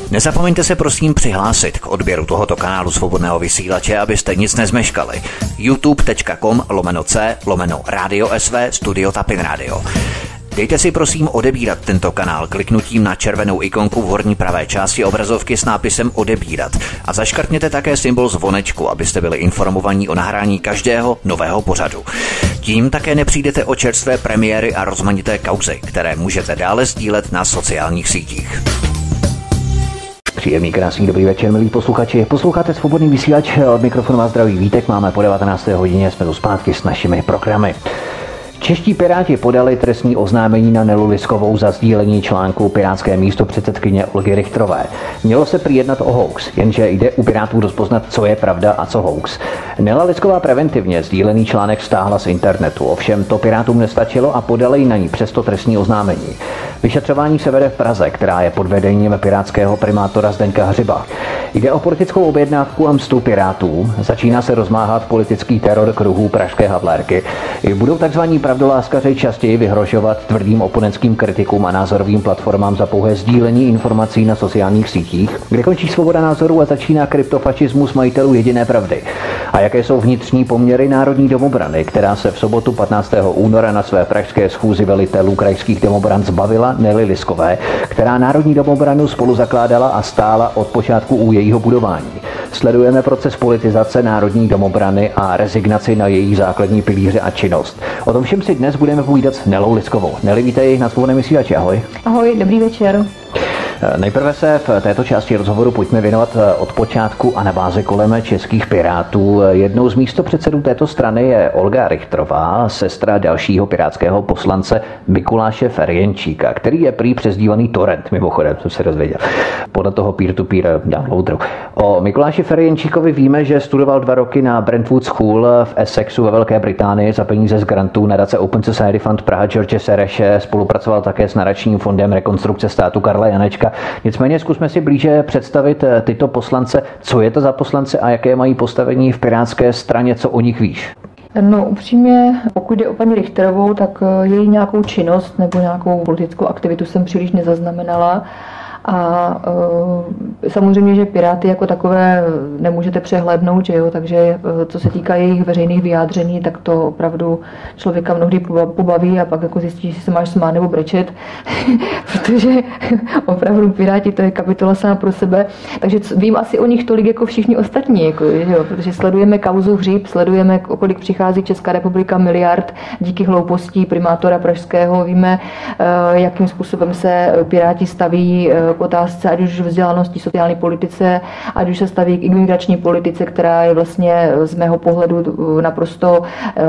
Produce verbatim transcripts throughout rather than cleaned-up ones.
Nezapomeňte se prosím přihlásit k odběru tohoto kanálu Svobodného vysílače, abyste nic nezmeškali. youtube.com lomeno c lomeno Radio S V Studio Tapin Radio. Dejte si prosím odebírat tento kanál kliknutím na červenou ikonku v horní pravé části obrazovky s nápisem odebírat a zaškrtněte také symbol zvonečku, abyste byli informovaní o nahrání každého nového pořadu. Tím také nepřijdete o čerstvé premiéry a rozmanité kauzy, které můžete dále sdílet na sociálních sítích. Příjemný, krásný, dobrý večer, milí posluchači. Posloucháte Svobodný vysílač, od mikrofonu vás zdraví Vítek, máme po devatenácté hodině, jsme tu zpátky s našimi programy. Čeští Piráti podali trestní oznámení na Nelu Liskovou za sdílení článku pirátské místopředsedkyně Olgy Richterové. Mělo se prý jednat o hoax, jenže jde u Pirátů rozpoznat, co je pravda a co hoax. Nela Lisková preventivně sdílený článek stáhla z internetu, ovšem to Pirátům nestačilo a podali na ní přesto trestní oznámení. Vyšetřování se vede v Praze, která je pod vedením pirátského primátora Zdeňka Hřiba. Jde o politickou objednávku a mstu Pirátů. Začíná se rozmáhat politický teror kruhů pražské Havlérky. Budou takzvaní pravdoláskaři častěji vyhrožovat tvrdým oponentským kritikům a názorovým platformám za pouhé sdílení informací na sociálních sítích, kde končí svoboda názorů a začíná kryptofašismus majitelů jediné pravdy. A jaké jsou vnitřní poměry Národní domobrany, která se v sobotu patnáctého února na své pražské schůzi velitelů krajských domobran zbavila Nely Liskové, která Národní domobranu spolu zakládala a stála od počátku u jejího budování. Sledujeme proces politizace Národní domobrany a rezignaci na její základní pilíře a činnost. O tom všem si dnes budeme povídat s Nelou Liskovou. Neli, vítej na Svobodném vysílači, ahoj. Ahoj, dobrý večer. Nejprve se v této části rozhovoru pojďme věnovat od počátku a na bázi kolem českých Pirátů. Jednou z místopředsedů této strany je Olga Richterová, sestra dalšího pirátského poslance Mikuláše Ferjenčíka, který je prý přezdívaný Torrent, mimochodem jsem se dozvěděl, podle toho peer-to-peer downloaderu. O Mikuláši Ferjenčíkovi víme, že studoval dva roky na Brentwood School v Essexu ve Velké Británii za peníze z grantů nadace Open Society Fund Praha George Sereše, spolupracoval také s nadačním fondem Rekonstrukce státu Karla Janečka. Nicméně zkusme si blíže představit tyto poslance, co je to za poslance a jaké mají postavení v pirátské straně, co o nich víš. No upřímně, pokud jde o paní Richterovou, tak její nějakou činnost nebo nějakou politickou aktivitu jsem příliš nezaznamenala. A e, samozřejmě, že Piráty jako takové nemůžete přehlédnout, že jo? Takže e, co se týká jejich veřejných vyjádření, tak to opravdu člověka mnohdy pobaví a pak jako zjistí, že se máš smát nebo brečet, protože opravdu Piráti to je kapitola sama pro sebe. Takže vím asi o nich tolik jako všichni ostatní, jako, že jo? Protože sledujeme kauzu Hřib, sledujeme, o kolik přichází Česká republika miliard díky hloupostí primátora pražského, víme, e, jakým způsobem se Piráti staví k otázce, ať už vzdělanosti, sociální politice, ať už se staví k imigrační politice, která je vlastně z mého pohledu naprosto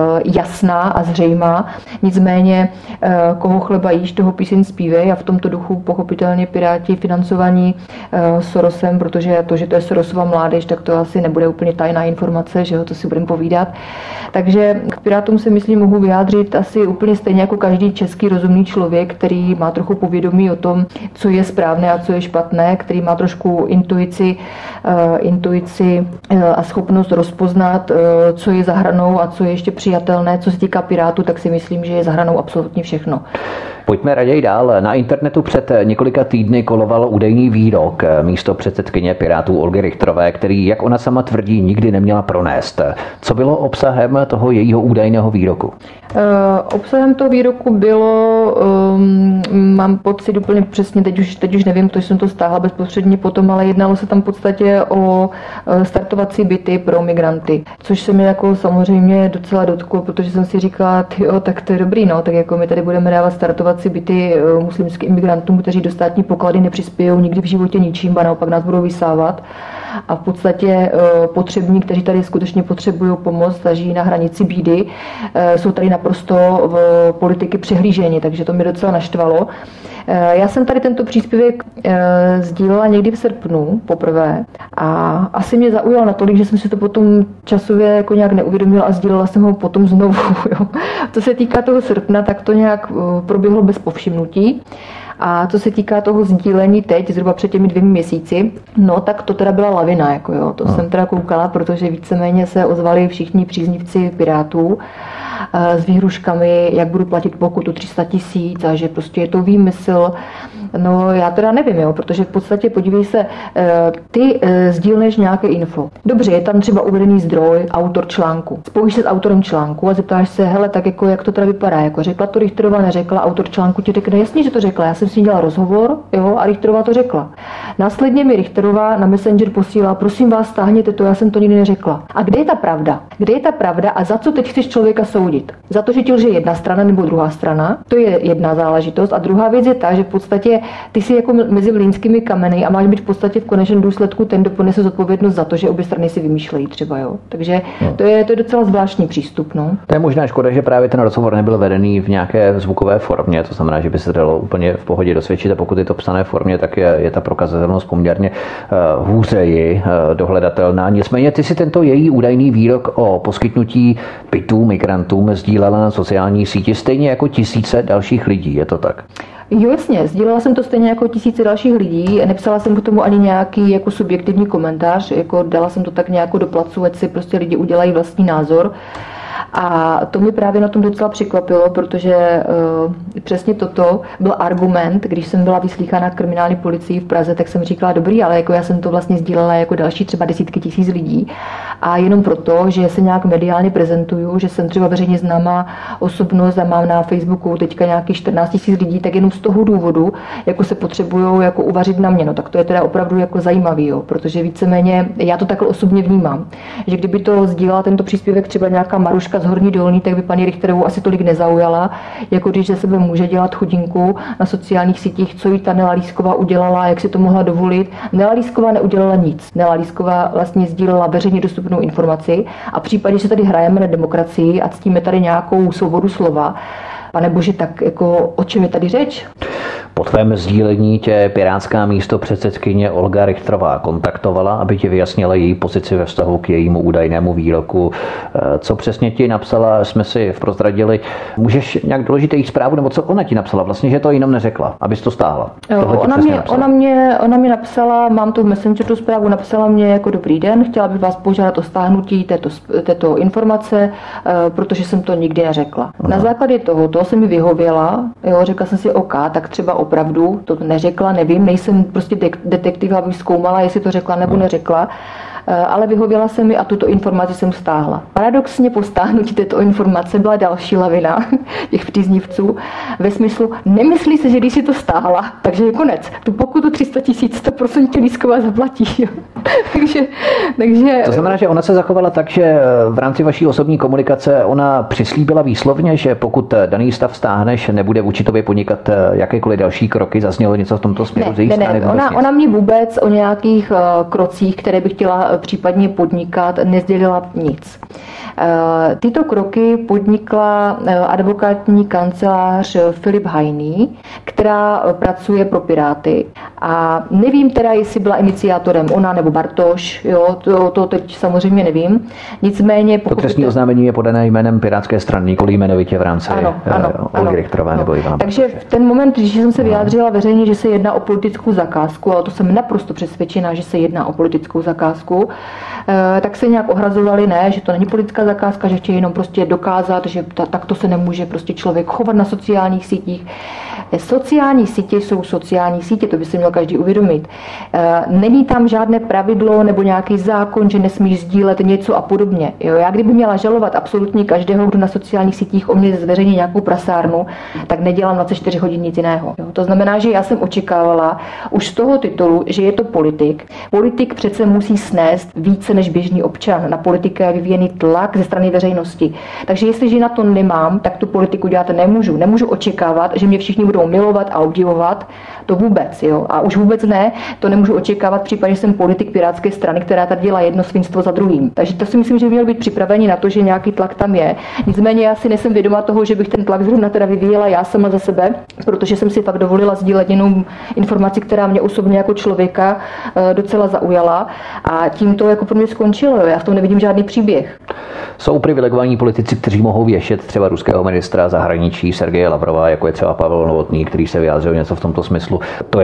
jasná a zřejmá. Nicméně, koho chleba jíš, toho píseň zpívej a v tomto duchu pochopitelně Piráti financovaní Sorosem, protože to, že to je Sorosova mládež, tak to asi nebude úplně tajná informace, že jo, to si budeme povídat. Takže k Pirátům se myslím mohu vyjádřit asi úplně stejně jako každý český rozumný člověk, který má trochu povědomí o tom, co je správné a co je špatné, který má trošku intuici, uh, intuici uh, a schopnost rozpoznat, uh, co je za hranou a co je ještě přijatelné. Co se týká Pirátů, tak si myslím, že je za hranou absolutně všechno. Pojďme raději dál. Na internetu před několika týdny koloval údajný výrok místopředsedkyně Pirátů Olgy Richterové, který, jak ona sama tvrdí, nikdy neměla pronést. Co bylo obsahem toho jejího údajného výroku? Uh, obsahem toho výroku bylo, um, mám pocit úplně přesně, teď už, teď už nevím, protože jsem to stáhla bezprostředně potom, ale jednalo se tam v podstatě o uh, startovací byty pro migranty, což se mi jako samozřejmě docela dotklo, protože jsem si říkala, jo, tak to je dobrý, no, tak jako my tady budeme dávat startovací byty uh, muslimským imigrantům, kteří do státní poklady nepřispějou nikdy v životě ničím, a naopak nás budou vysávat. A v podstatě potřební, kteří tady skutečně potřebují pomoc a žijí na hranici bídy, jsou tady naprosto v politiky přehlíženi, takže to mě docela naštvalo. Já jsem tady tento příspěvek sdílela někdy v srpnu poprvé a asi mě zaujal natolik, že jsem si to potom časově jako nějak neuvědomila a sdílela jsem ho potom znovu. Jo. Co se týká toho srpna, tak to nějak proběhlo bez povšimnutí. A co se týká toho sdílení teď, zhruba před těmi dvěmi měsíci, no tak to teda byla lavina, jako jo, to no. jsem teda koukala, protože víceméně se ozvali všichni příznivci Pirátů s výhruškami, jak budu platit pokutu tři sta tisíc a že prostě je to výmysl. No já teda nevím, jo, protože v podstatě podívej se, ty sdílneš nějaké info. Dobře, je tam třeba uvedený zdroj, autor článku. Spojíš se s autorem článku a zeptáš se, hele, tak jako jak to teda vypadá, jako řekla to Richterová, neřekla, autor článku ti řekne, jasně, že to řekla, já jsem si dělala rozhovor, jo, a Richterová to řekla. Následně mi Richterová na Messenger posílá, prosím vás, stáhněte to, já jsem to nikdy neřekla. A kde je ta pravda? Kde je ta pravda a za co teď chceš člověka soudit? Za to, že ti lže jedna strana nebo druhá strana? To je jedna záležitost. A druhá věc je ta, že v podstatě ty jsi jako mezi mlýnskými kameny a máš být v podstatě v konečném důsledku ten, kdo ponese zodpovědnost za to, že obě strany si vymýšlejí třeba, jo. Takže no. to, je, to je docela zvláštní přístup, no. To je možná škoda, že právě ten rozhovor nebyl vedený v nějaké zvukové formě, to znamená, že by se dalo úplně v pohodě dosvědčit, a pokud je to psané formě, tak je, je ta prokazatelnost poměrně uh, hůřeji uh, dohledatelná. Nicméně ty si tento její údajný výrok o poskytnutí bytů migrantům sdílela na sociální síti stejně jako tisíce dalších lidí, je to tak? Jo, jasně, sdílela jsem to stejně jako tisíce dalších lidí, nepsala jsem k tomu ani nějaký jako subjektivní komentář, jako dala jsem to tak nějak do placu, ať si prostě lidi udělají vlastní názor. A to mi právě na tom docela překvapilo, protože uh, přesně toto byl argument, když jsem byla vyslýchána kriminální policií v Praze, tak jsem říkala, dobrý, ale jako já jsem to vlastně sdílela jako další třeba desítky tisíc lidí. A jenom proto, že se nějak mediálně prezentuju, že jsem třeba veřejně známá osobnost a mám na Facebooku teďka nějakých čtrnáct tisíc lidí, tak jenom z toho důvodu, jako se potřebujou jako uvařit na mě. No tak to je teda opravdu jako zajímavý, jo, protože víceméně já to takhle osobně vnímám, že kdyby to sdílela tento příspěvek třeba nějaká Maruška z Horní Dolní, tak by paní Richterovou asi tolik nezaujala, jako když ze sebe může dělat chudinku na sociálních sítích, co jí ta Nela Lísková udělala, jak si to mohla dovolit. Nela Lísková neudělala nic. Nela Lísková vlastně sdílela veřejně dostupnou informaci a v případě, že tady hrajeme na demokracii a ctíme tady nějakou svobodu slova, pane bože, tak jako o čem je tady řeč? Po tvém sdílení tě pirátská místopředsedkyně Olga Richterová kontaktovala, aby ti vyjasnila její pozici ve vztahu k jejímu údajnému výroku. Co přesně ti napsala, jsme si prozradili. Můžeš nějak doložit její zprávu, nebo co ona ti napsala? Vlastně, že to jenom neřekla, abys to stáhla. Ona mě, ona, mě, ona mě napsala, mám tu v Messengeru zprávu, napsala mě jako dobrý den, chtěla bych vás požádat o stáhnutí této, této informace, protože jsem to nikdy neřekla. Aha. Na základě tohoto jsem mi vyhověla, jo, řekla jsem si OK, tak třeba opravdu to neřekla, nevím, nejsem prostě detektiv, abych zkoumala, jestli to řekla nebo neřekla, ale vyhověla se mi a tuto informaci jsem stáhla. Paradoxně po stáhnutí této informace byla další lavina těch příznivců ve smyslu, nemyslí se, že když si to stáhla, takže je konec. Tu pokutu tři sta tisíc sto procent Lísková zaplatí. takže, takže... To znamená, že ona se zachovala tak, že v rámci vaší osobní komunikace ona přislíbila výslovně, že pokud daný stav stáhneš, nebude vůči tobě podnikat jakékoliv další kroky, zaznělo něco v tomto směru ne, z její ne, strany? Ne, ona, ona mě vůbec o nějakých uh, krocích, které by chtěla případně podnikat, nezdělila nic. Tyto kroky podnikla advokátní kancelář Filip Hajný, která pracuje pro Piráty. A nevím teda, jestli byla iniciátorem ona nebo Bartoš, jo, to, to teď samozřejmě nevím. Nicméně... To trestní to... oznámení je podané jménem Pirátské strany, nikoli jmenovitě v rámci ano, ano, Olgy Richterové nebo Ivana Takže Bartoše. v ten moment, když jsem se vyjádřila veřejně, že se jedná o politickou zakázku, a to jsem naprosto přesvědčená, že se jedná o politickou zakázku, tak se nějak ohrazovali, ne, že to není politická zakázka, že chtějí jenom prostě dokázat, že ta, takto se nemůže prostě člověk chovat na sociálních sítích. Sociální sítě jsou sociální sítě, to by se měl každý uvědomit. Není tam žádné pravidlo nebo nějaký zákon, že nesmíš sdílet něco a podobně. Jo, já kdyby měla žalovat absolutně každého, kdo na sociálních sítích o mě zveřejní nějakou prasárnu, tak nedělám dvacet čtyři hodin nic jiného. Jo, to znamená, že já jsem očekávala už z toho titulu, že je to politik. Politik přece musí snést více než běžný občan. Na politika je vyvíjený tlak ze strany veřejnosti. Takže jestliže na to nemám, tak tu politiku dělat nemůžu. Nemůžu očekávat, že mě všichni budou milovat a obdivovat. To vůbec, jo. A už vůbec ne, to nemůžu očekávat v případě, že jsem politik Pirátské strany, která tady dělá jedno svinstvo za druhým. Takže to si myslím, že by měl být připraveni na to, že nějaký tlak tam je. Nicméně já si nejsem vědoma toho, že bych ten tlak zrovna teda vyvíjela já sama za sebe, protože jsem si fakt dovolila sdílet jenom informaci, která mě osobně jako člověka docela zaujala, a tím to jako pro mě skončilo. Jo. Já v tom nevidím žádný příběh. Jsou privilegovaní politici, kteří mohou věšet třeba ruského ministra zahraničí Sergeje Lavrova, jako je třeba Pavel Novotný, který se vyjádřil něco v tomto smyslu. To je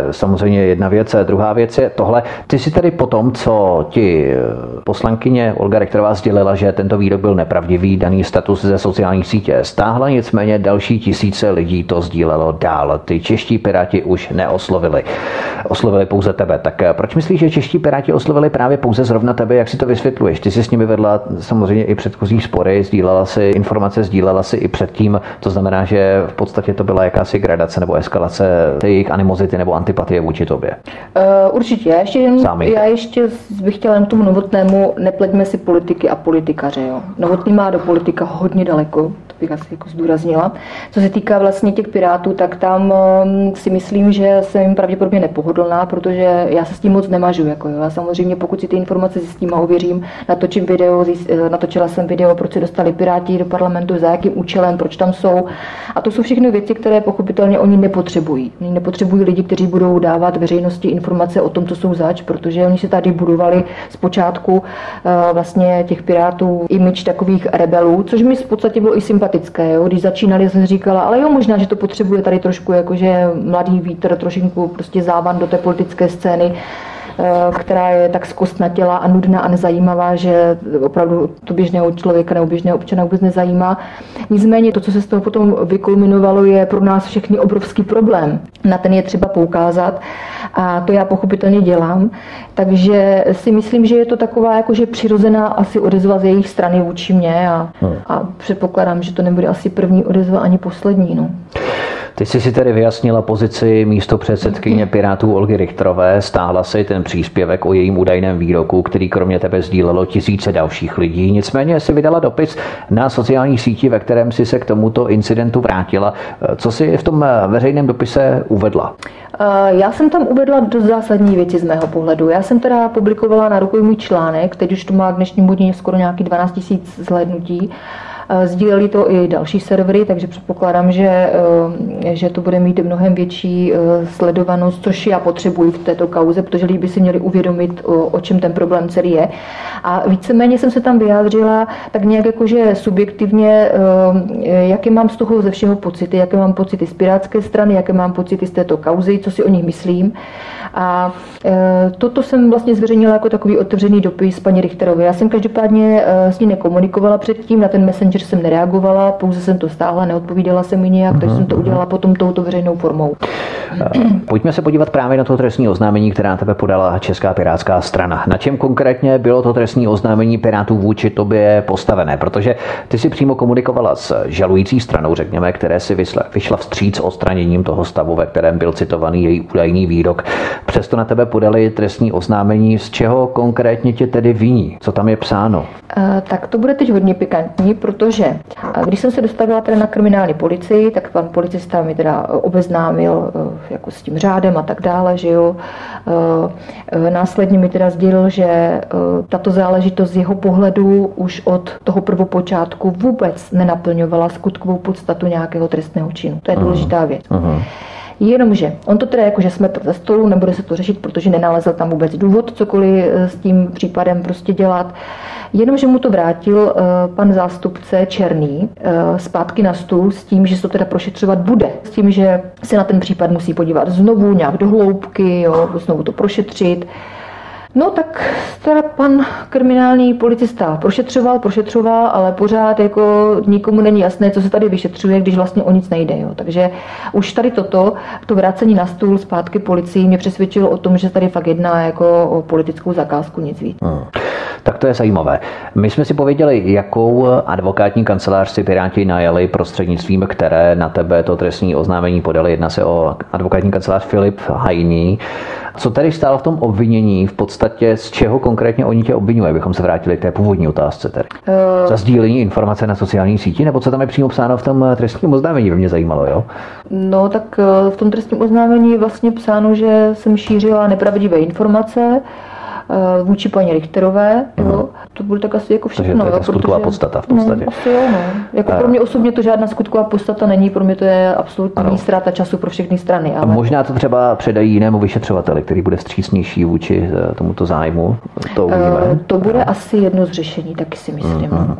samozřejmě jedna věc. Druhá věc je tohle. Ty si tedy potom, co ti poslankyně Olga Richterová sdělila, že tento výrok byl nepravdivý, daný status ze sociálních sítě stáhla, nicméně další tisíce lidí to sdílelo dál. Ty čeští piráti už neoslovili. Oslovili pouze tebe. Tak proč myslíš, že čeští piráti oslovili právě pouze zrovna tebe? Jak si to vysvětluješ? Ty jsi s nimi vedla samozřejmě i předchozí spory, sdílela si informace, sdílela si i předtím. To znamená, že v podstatě to byla jakási gradace nebo eskalace té jejich animozity nebo antipatie vůči tobě. Uh, určitě. Já ještě, jen, já ještě bych chtěla jen k tomu Novotnému, nepleťme si politiky a politikaře. Jo. Novotný má do politika hodně daleko, to bych asi jako zdůraznila. Co se týká vlastně těch pirátů, tak tam um, si myslím, že jsem jim pravděpodobně nepohodlná, protože já se s tím moc nemažu. Jako, jo. Já samozřejmě, pokud si ty informace zjistím a ověřím, natočím video, natočila jsem video, proč se dostali piráti do parlamentu, za jakým účelem, proč tam jsou. A to jsou všechny věci, které pochopitelně oni nepotřebují. Oni nepotřebují lidi, kteří budou dávat veřejnosti informace o tom, co jsou zač, protože oni se tady budovali zpočátku vlastně těch pirátů image takových rebelů, což mi v podstatě bylo i sympatické. Jo? Když začínali, jsem říkala, ale jo, možná, že to potřebuje tady trošku jakože mladý vítr, trošinku prostě závan do té politické scény, která je tak zkostnatělá a nudná a nezajímavá, že opravdu to běžného člověka nebo běžného občana vůbec nezajímá. Nicméně to, co se z toho potom vykulminovalo, je pro nás všechny obrovský problém. Na ten je třeba poukázat a to já pochopitelně dělám. Takže si myslím, že je to taková jakože přirozená asi odezva z jejich strany vůči mě a, a předpokládám, že to nebude asi první odezva ani poslední. No. Ty jsi si tedy vyjasnila pozici místopředsedkyně Pirátů Olgy Richterové, stáhla si ten příspěvek o jejím údajném výroku, který kromě tebe sdílelo tisíce dalších lidí. Nicméně si vydala dopis na sociální síti, ve kterém si se k tomuto incidentu vrátila. Co si v tom veřejném dopise uvedla? Já jsem tam uvedla dost zásadní věci z mého pohledu. Já jsem teda publikovala na rukojmí článek, teď už to má k dnešnímu dní skoro nějaký dvanáct tisíc zhlédnutí. Sdíleli to i další servery, takže předpokládám, že, že to bude mít mnohem větší sledovanost, což já potřebuji v této kauze, protože lidi by si měli uvědomit, o, o čem ten problém celý je. A víceméně jsem se tam vyjádřila tak nějak jakože subjektivně, jaké mám z toho ze všeho pocity, jaké mám pocity z pirátské strany, jaké mám pocity z této kauzy, co si o nich myslím. A toto jsem vlastně zveřejnila jako takový otevřený dopis paní Richterové. Já jsem každopádně s ní nekomunikovala předtím, na ten messenger jsem nereagovala, pouze jsem to stáhla, neodpovídala jsem mi nějak, takže jsem to udělala potom touto veřejnou formou. Pojďme se podívat právě na to trestní oznámení, která tebe podala Česká pirátská strana. Na čem konkrétně bylo to trestní oznámení Pirátů vůči tobě postavené? Protože ty si přímo komunikovala s žalující stranou, řekněme, které si vyšla vstříc odstraněním toho stavu, ve kterém byl citovaný její údajný výrok. Přesto na tebe podali trestní oznámení, z čeho konkrétně tě tedy viní? Co tam je psáno? Tak to bude teď hodně pikantní, protože když jsem se dostavila teda na kriminální policii, tak pan policista mi teda obeznámil jako s tím řádem a tak dále, že jo. Následně mi teda sdělil, že tato záležitost z jeho pohledu už od toho prvopočátku vůbec nenaplňovala skutkovou podstatu nějakého trestného činu. To je důležitá věc. Uh-huh. Jenomže on to teda jakože smetl ze stolu, nebude se to řešit, protože nenalezl tam vůbec důvod cokoliv s tím případem prostě dělat. Jenomže mu to vrátil uh, pan zástupce Černý uh, zpátky na stůl s tím, že se to teda prošetřovat bude. S tím, že se na ten případ musí podívat znovu nějak do hloubky, jo, znovu to prošetřit. No tak teda pan kriminální policista prošetřoval, prošetřoval, ale pořád jako nikomu není jasné, co se tady vyšetřuje, když vlastně o nic nejde. Jo. Takže už tady toto, to vrácení na stůl zpátky policii mě přesvědčilo o tom, že tady fakt jedná jako o politickou zakázku, nic víc. Hmm. Tak to je zajímavé. My jsme si pověděli, jakou advokátní kancelář si Piráti najali, prostřednictvím které na tebe to trestní oznámení podali. Jedná se o advokátní kancelář Filip Hajný. Co tedy stálo v tom obvinění, v podstatě z čeho konkrétně oni tě obviňují, abychom se vrátili k té původní otázce tedy? Uh... Za sdílení informace na sociální síti, nebo co tam je přímo psáno v tom trestním oznámení, by mě zajímalo, jo? No tak v tom trestním oznámení je vlastně psáno, že jsem šířila nepravdivé informace vůči paní Richterové, uh-huh. jo. To bude tak asi jako všechno. Takže to je ta skutková protože, podstata v podstatě. No, asi jo, no. Jako pro mě osobně to žádná skutková podstata není, pro mě to je absolutní ztráta času pro všechny strany. Ale... A možná to třeba předají jinému vyšetřovateli, který bude vstřícnější vůči tomuto zájmu. To, uh, to bude no. asi jedno z řešení, taky si myslím. Uh-huh.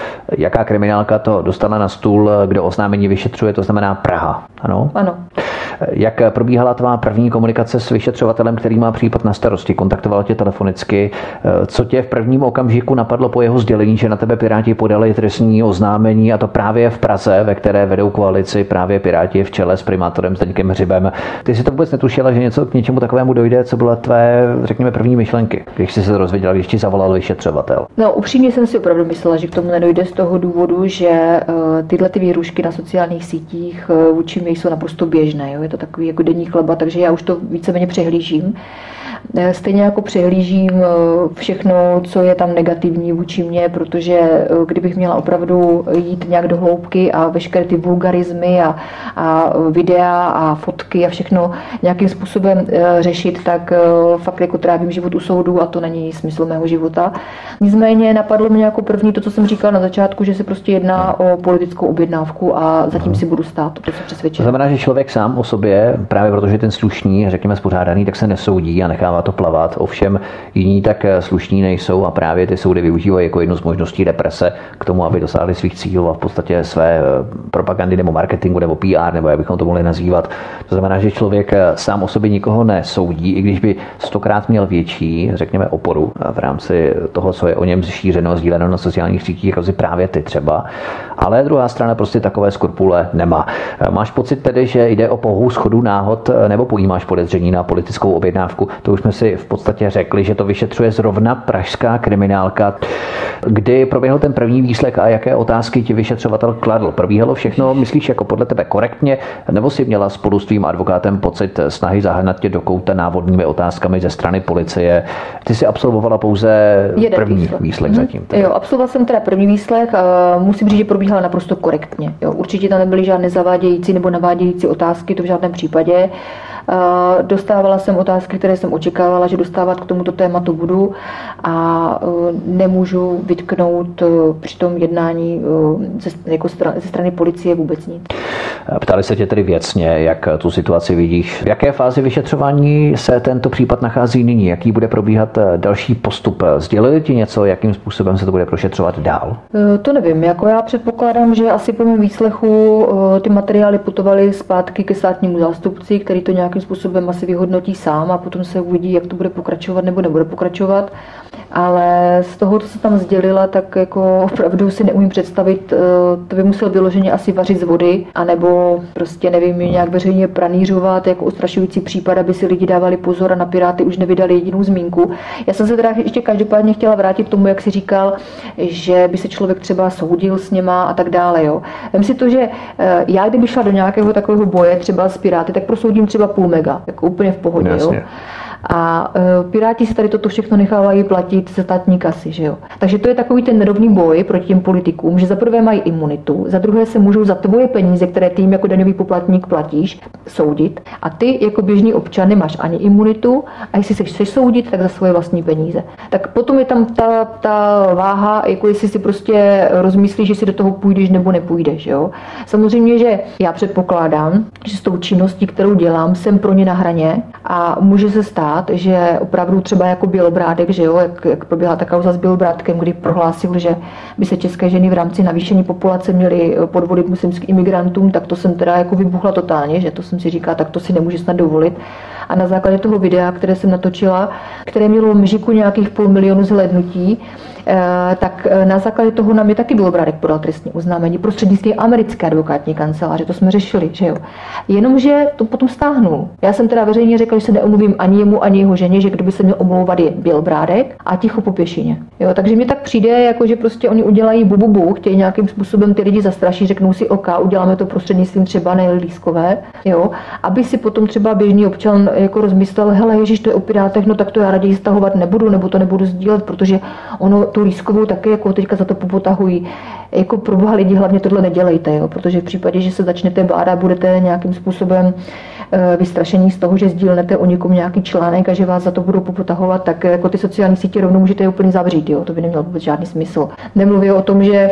Jaká kriminálka to dostala na stůl, kde oznámení vyšetřuje, to znamená Praha, ano? Ano. Jak probíhala tvá první komunikace s vyšetřovatelem, který má případ na starosti? Kontaktoval tě telefonicky? Co tě v prvním okamžiku napadlo po jeho sdělení, že na tebe Piráti podali trestní oznámení, a to právě v Praze, ve které vedou koalici právě Piráti v čele s primátorem Zdeňkem Hřibem? Ty si to vůbec netušila, že něco k něčemu takovému dojde? Co byla tvé, řekněme, první myšlenky, když jsi se to dozvěděla, když ti zavolal vyšetřovatel? No, upřímně jsem si opravdu myslela, že k tomu nedojde z toho důvodu, že uh, tyhle ty výhrušky na sociálních sítích uh, vůči mě jsou naprosto běžné. Jo? Je to takový jako denní chleba, takže já už to víceméně přehlížím. Stejně jako přehlížím všechno, co je tam negativní vůči mě, protože kdybych měla opravdu jít nějak do hloubky a veškeré ty vulgarizmy a, a videa a fotky a všechno nějakým způsobem řešit, tak fakt jako trávím život u soudu a to není smysl mého života. Nicméně napadlo mě jako první to, co jsem říkala na začátku, že se prostě jedná o politickou objednávku a zatím si budu stát, to jsem přesvědčena. To znamená, že člověk sám o sobě, právě protože ten slušný, řekněme spořádaný, tak se nesoudí a nechává to plavat. Ovšem jiní tak slušní nejsou a právě ty soudy využívají jako jednu z možností represe k tomu, aby dosáhli svých cílů a v podstatě své propagandy nebo marketingu nebo P R, nebo jak bychom to mohli nazývat. To znamená, že člověk sám o sobě nikoho nesoudí, i když by stokrát měl větší, řekněme, oporu v rámci toho, co je o něm šířeno a sdíleno na sociálních sítích, jako si právě ty třeba. Ale druhá strana prostě takové skrupule nemá. Máš pocit tedy, že jde o pouhou shodu náhod, nebo pojímáš podezření na politickou objednávku? To už jsme si v podstatě řekli, že to vyšetřuje zrovna pražská kriminálka. Kdy proběhl ten první výslech a jaké otázky ti vyšetřovatel kladl? Probíhalo všechno, myslíš, jako podle tebe korektně, nebo si měla spolu s tvým advokátem pocit snahy zahnat tě do kouta návodnými otázkami ze strany policie? Ty si absolvovala pouze Jeden první výslech, výslech hmm. zatím. Tedy. Jo, absolvovala jsem teda první výslech a musím říct, že probíhala naprosto korektně. Jo, určitě tam nebyly žádné zavádějící nebo navádějící otázky, to v žádném případě. Dostávala jsem otázky, které jsem očekávala, že dostávat k tomuto tématu budu a nemůžu vytknout při tom jednání ze, jako stran, ze strany policie vůbec nic. Ptali se tě tedy věcně, jak tu situaci vidíš. V jaké fázi vyšetřování se tento případ nachází nyní? Jaký bude probíhat další postup? Sdělili ti něco, jakým způsobem se to bude prošetřovat dál? To nevím. Jako já předpokládám, že asi po mém výslechu ty materiály putovaly zpátky ke státnímu zástupci, který to nějakým způsobem asi vyhodnotí sám a potom se uvidí, jak to bude pokračovat nebo nebude pokračovat. Ale z toho, co se tam sdělila, tak jako opravdu si neumím představit, to by musel vyloženě asi vařit z vody, anebo prostě nevím, nějak veřejně pranířovat jako ostrašující případ, aby si lidi dávali pozor a na Piráty už nevydali jedinou zmínku. Já jsem se teda ještě každopádně chtěla vrátit k tomu, jak si říkal, že by se člověk třeba soudil s něma a tak dále. Jo. Vem si to, že já kdyby šla do nějakého takového boje třeba s Piráty, tak prosoudím třeba půl mega, jako úplně v pohodě. Jo. A uh, Piráti si tady toto všechno nechávají platit ze státní kasy, že jo. Takže to je takový ten nerovný boj proti těm politikům, že za prvé mají imunitu, za druhé se můžou za tvoje peníze, které ty jim jako daňový poplatník platíš, soudit. A ty jako běžný občan nemáš ani imunitu a jestli se chceš soudit, tak za svoje vlastní peníze. Tak potom je tam ta, ta váha, jako jestli si prostě rozmyslíš, že si do toho půjdeš nebo nepůjdeš, jo. Samozřejmě, že já předpokládám, že s tou činností, kterou dělám, jsem pro ně na hraně a může se stát, že opravdu třeba jako Bělobrádek, že jo, jak, jak proběhla ta kauza s Bělobrádkem, kdy prohlásil, že by se české ženy v rámci navýšení populace měly podvolit muslimským imigrantům, tak to jsem teda jako vybuchla totálně, že to jsem si říkala, tak to si nemůže snad dovolit. A na základě toho videa, které jsem natočila, které mělo mžiku nějakých půl milionu zhlédnutí, tak na základě toho nám je taky Bělobrádek podal trestní oznámení prostřednictvím americké advokátní kanceláře, to jsme řešili, že jo. Jenomže to potom stáhnul. Já jsem teda veřejně řekla, že se neomluvím ani jemu, ani jeho ženě, že kdo by se měl omlouvat je Bělobrádek a ticho po pěšině. Jo, takže mi tak přijde, jako že prostě oni udělají bu, bu, bu, chtějí nějakým způsobem ty lidi zastrašit, řeknou si OK, uděláme to prostřednictvím třeba Nely Lískové, jo, aby si potom třeba běžný občan jako rozmyslel, hele, ježiš, to je o Pirátech, no tak to já raději stahovat nebudu, nebo to nebudu sdílet, protože ono tu Lískovou taky jako teďka za to popotahují. Jako pro boha lidi hlavně tohle nedělejte, jo, protože v případě, že se začnete bát a budete nějakým způsobem vystrašení z toho, že sdílnete o někom nějaký článek a že vás za to budou popotahovat, tak jako ty sociální sítě rovnou můžete je úplně zavřít, jo, to by nemělo vůbec žádný smysl. Nemluvím o tom, že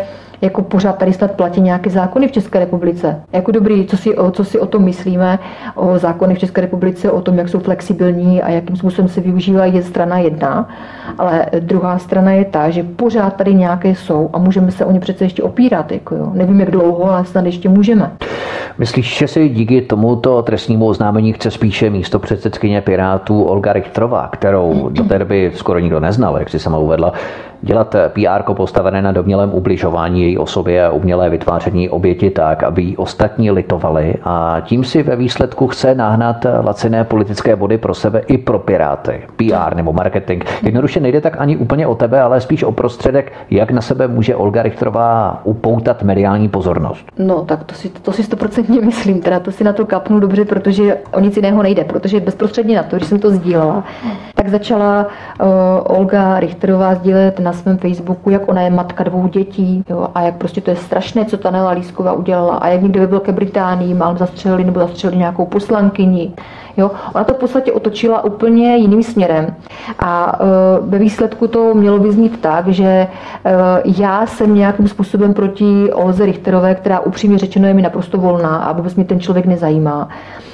jako pořád tady snad platí nějaké zákony v České republice. Jako dobrý, co si, o, co si o tom myslíme, o zákonech v České republice, o tom, jak jsou flexibilní a jakým způsobem se využívají, je strana jedna, ale druhá strana je ta, že pořád tady nějaké jsou a můžeme se o ně přece ještě opírat. Jako jo. Nevím, jak dlouho, ale snad ještě můžeme. Myslíš, že si díky tomuto trestnímu oznámení chce spíše místopředsedkyně Pirátů Olga Richterová, kterou do té doby skoro nikdo neznal, jak si sama uvedla, dělat P R ko postavené na domnělém ubližování její osobě a umělé vytváření oběti tak, aby jí ostatní litovali, a tím si ve výsledku chce nahnat laciné politické body pro sebe i pro Piráty. P R nebo marketing. Jednoduše nejde tak ani úplně o tebe, ale spíš o prostředek, jak na sebe může Olga Richterová upoutat mediální pozornost. No, tak to si to si stoprocentně myslím, teda to si na to kapnu dobře, protože o nic jiného nejde, protože bezprostředně na to, když jsem to sdílela, tak začala uh, Olga Richterová sdílet na svém Facebooku, jak ona je matka dvou dětí, jo, a jak prostě to je strašné, co ta Nela Lísková udělala, a jak někdo by byl ke Británii, málem zastřelili nebo zastřelili nějakou poslankyni. Jo. Ona to v podstatě otočila úplně jiným směrem a uh, ve výsledku to mělo vyznít tak, že uh, já jsem nějakým způsobem proti Olze Richterové, která upřímně řečeno je mi naprosto volná a vůbec mě ten člověk nezajímá.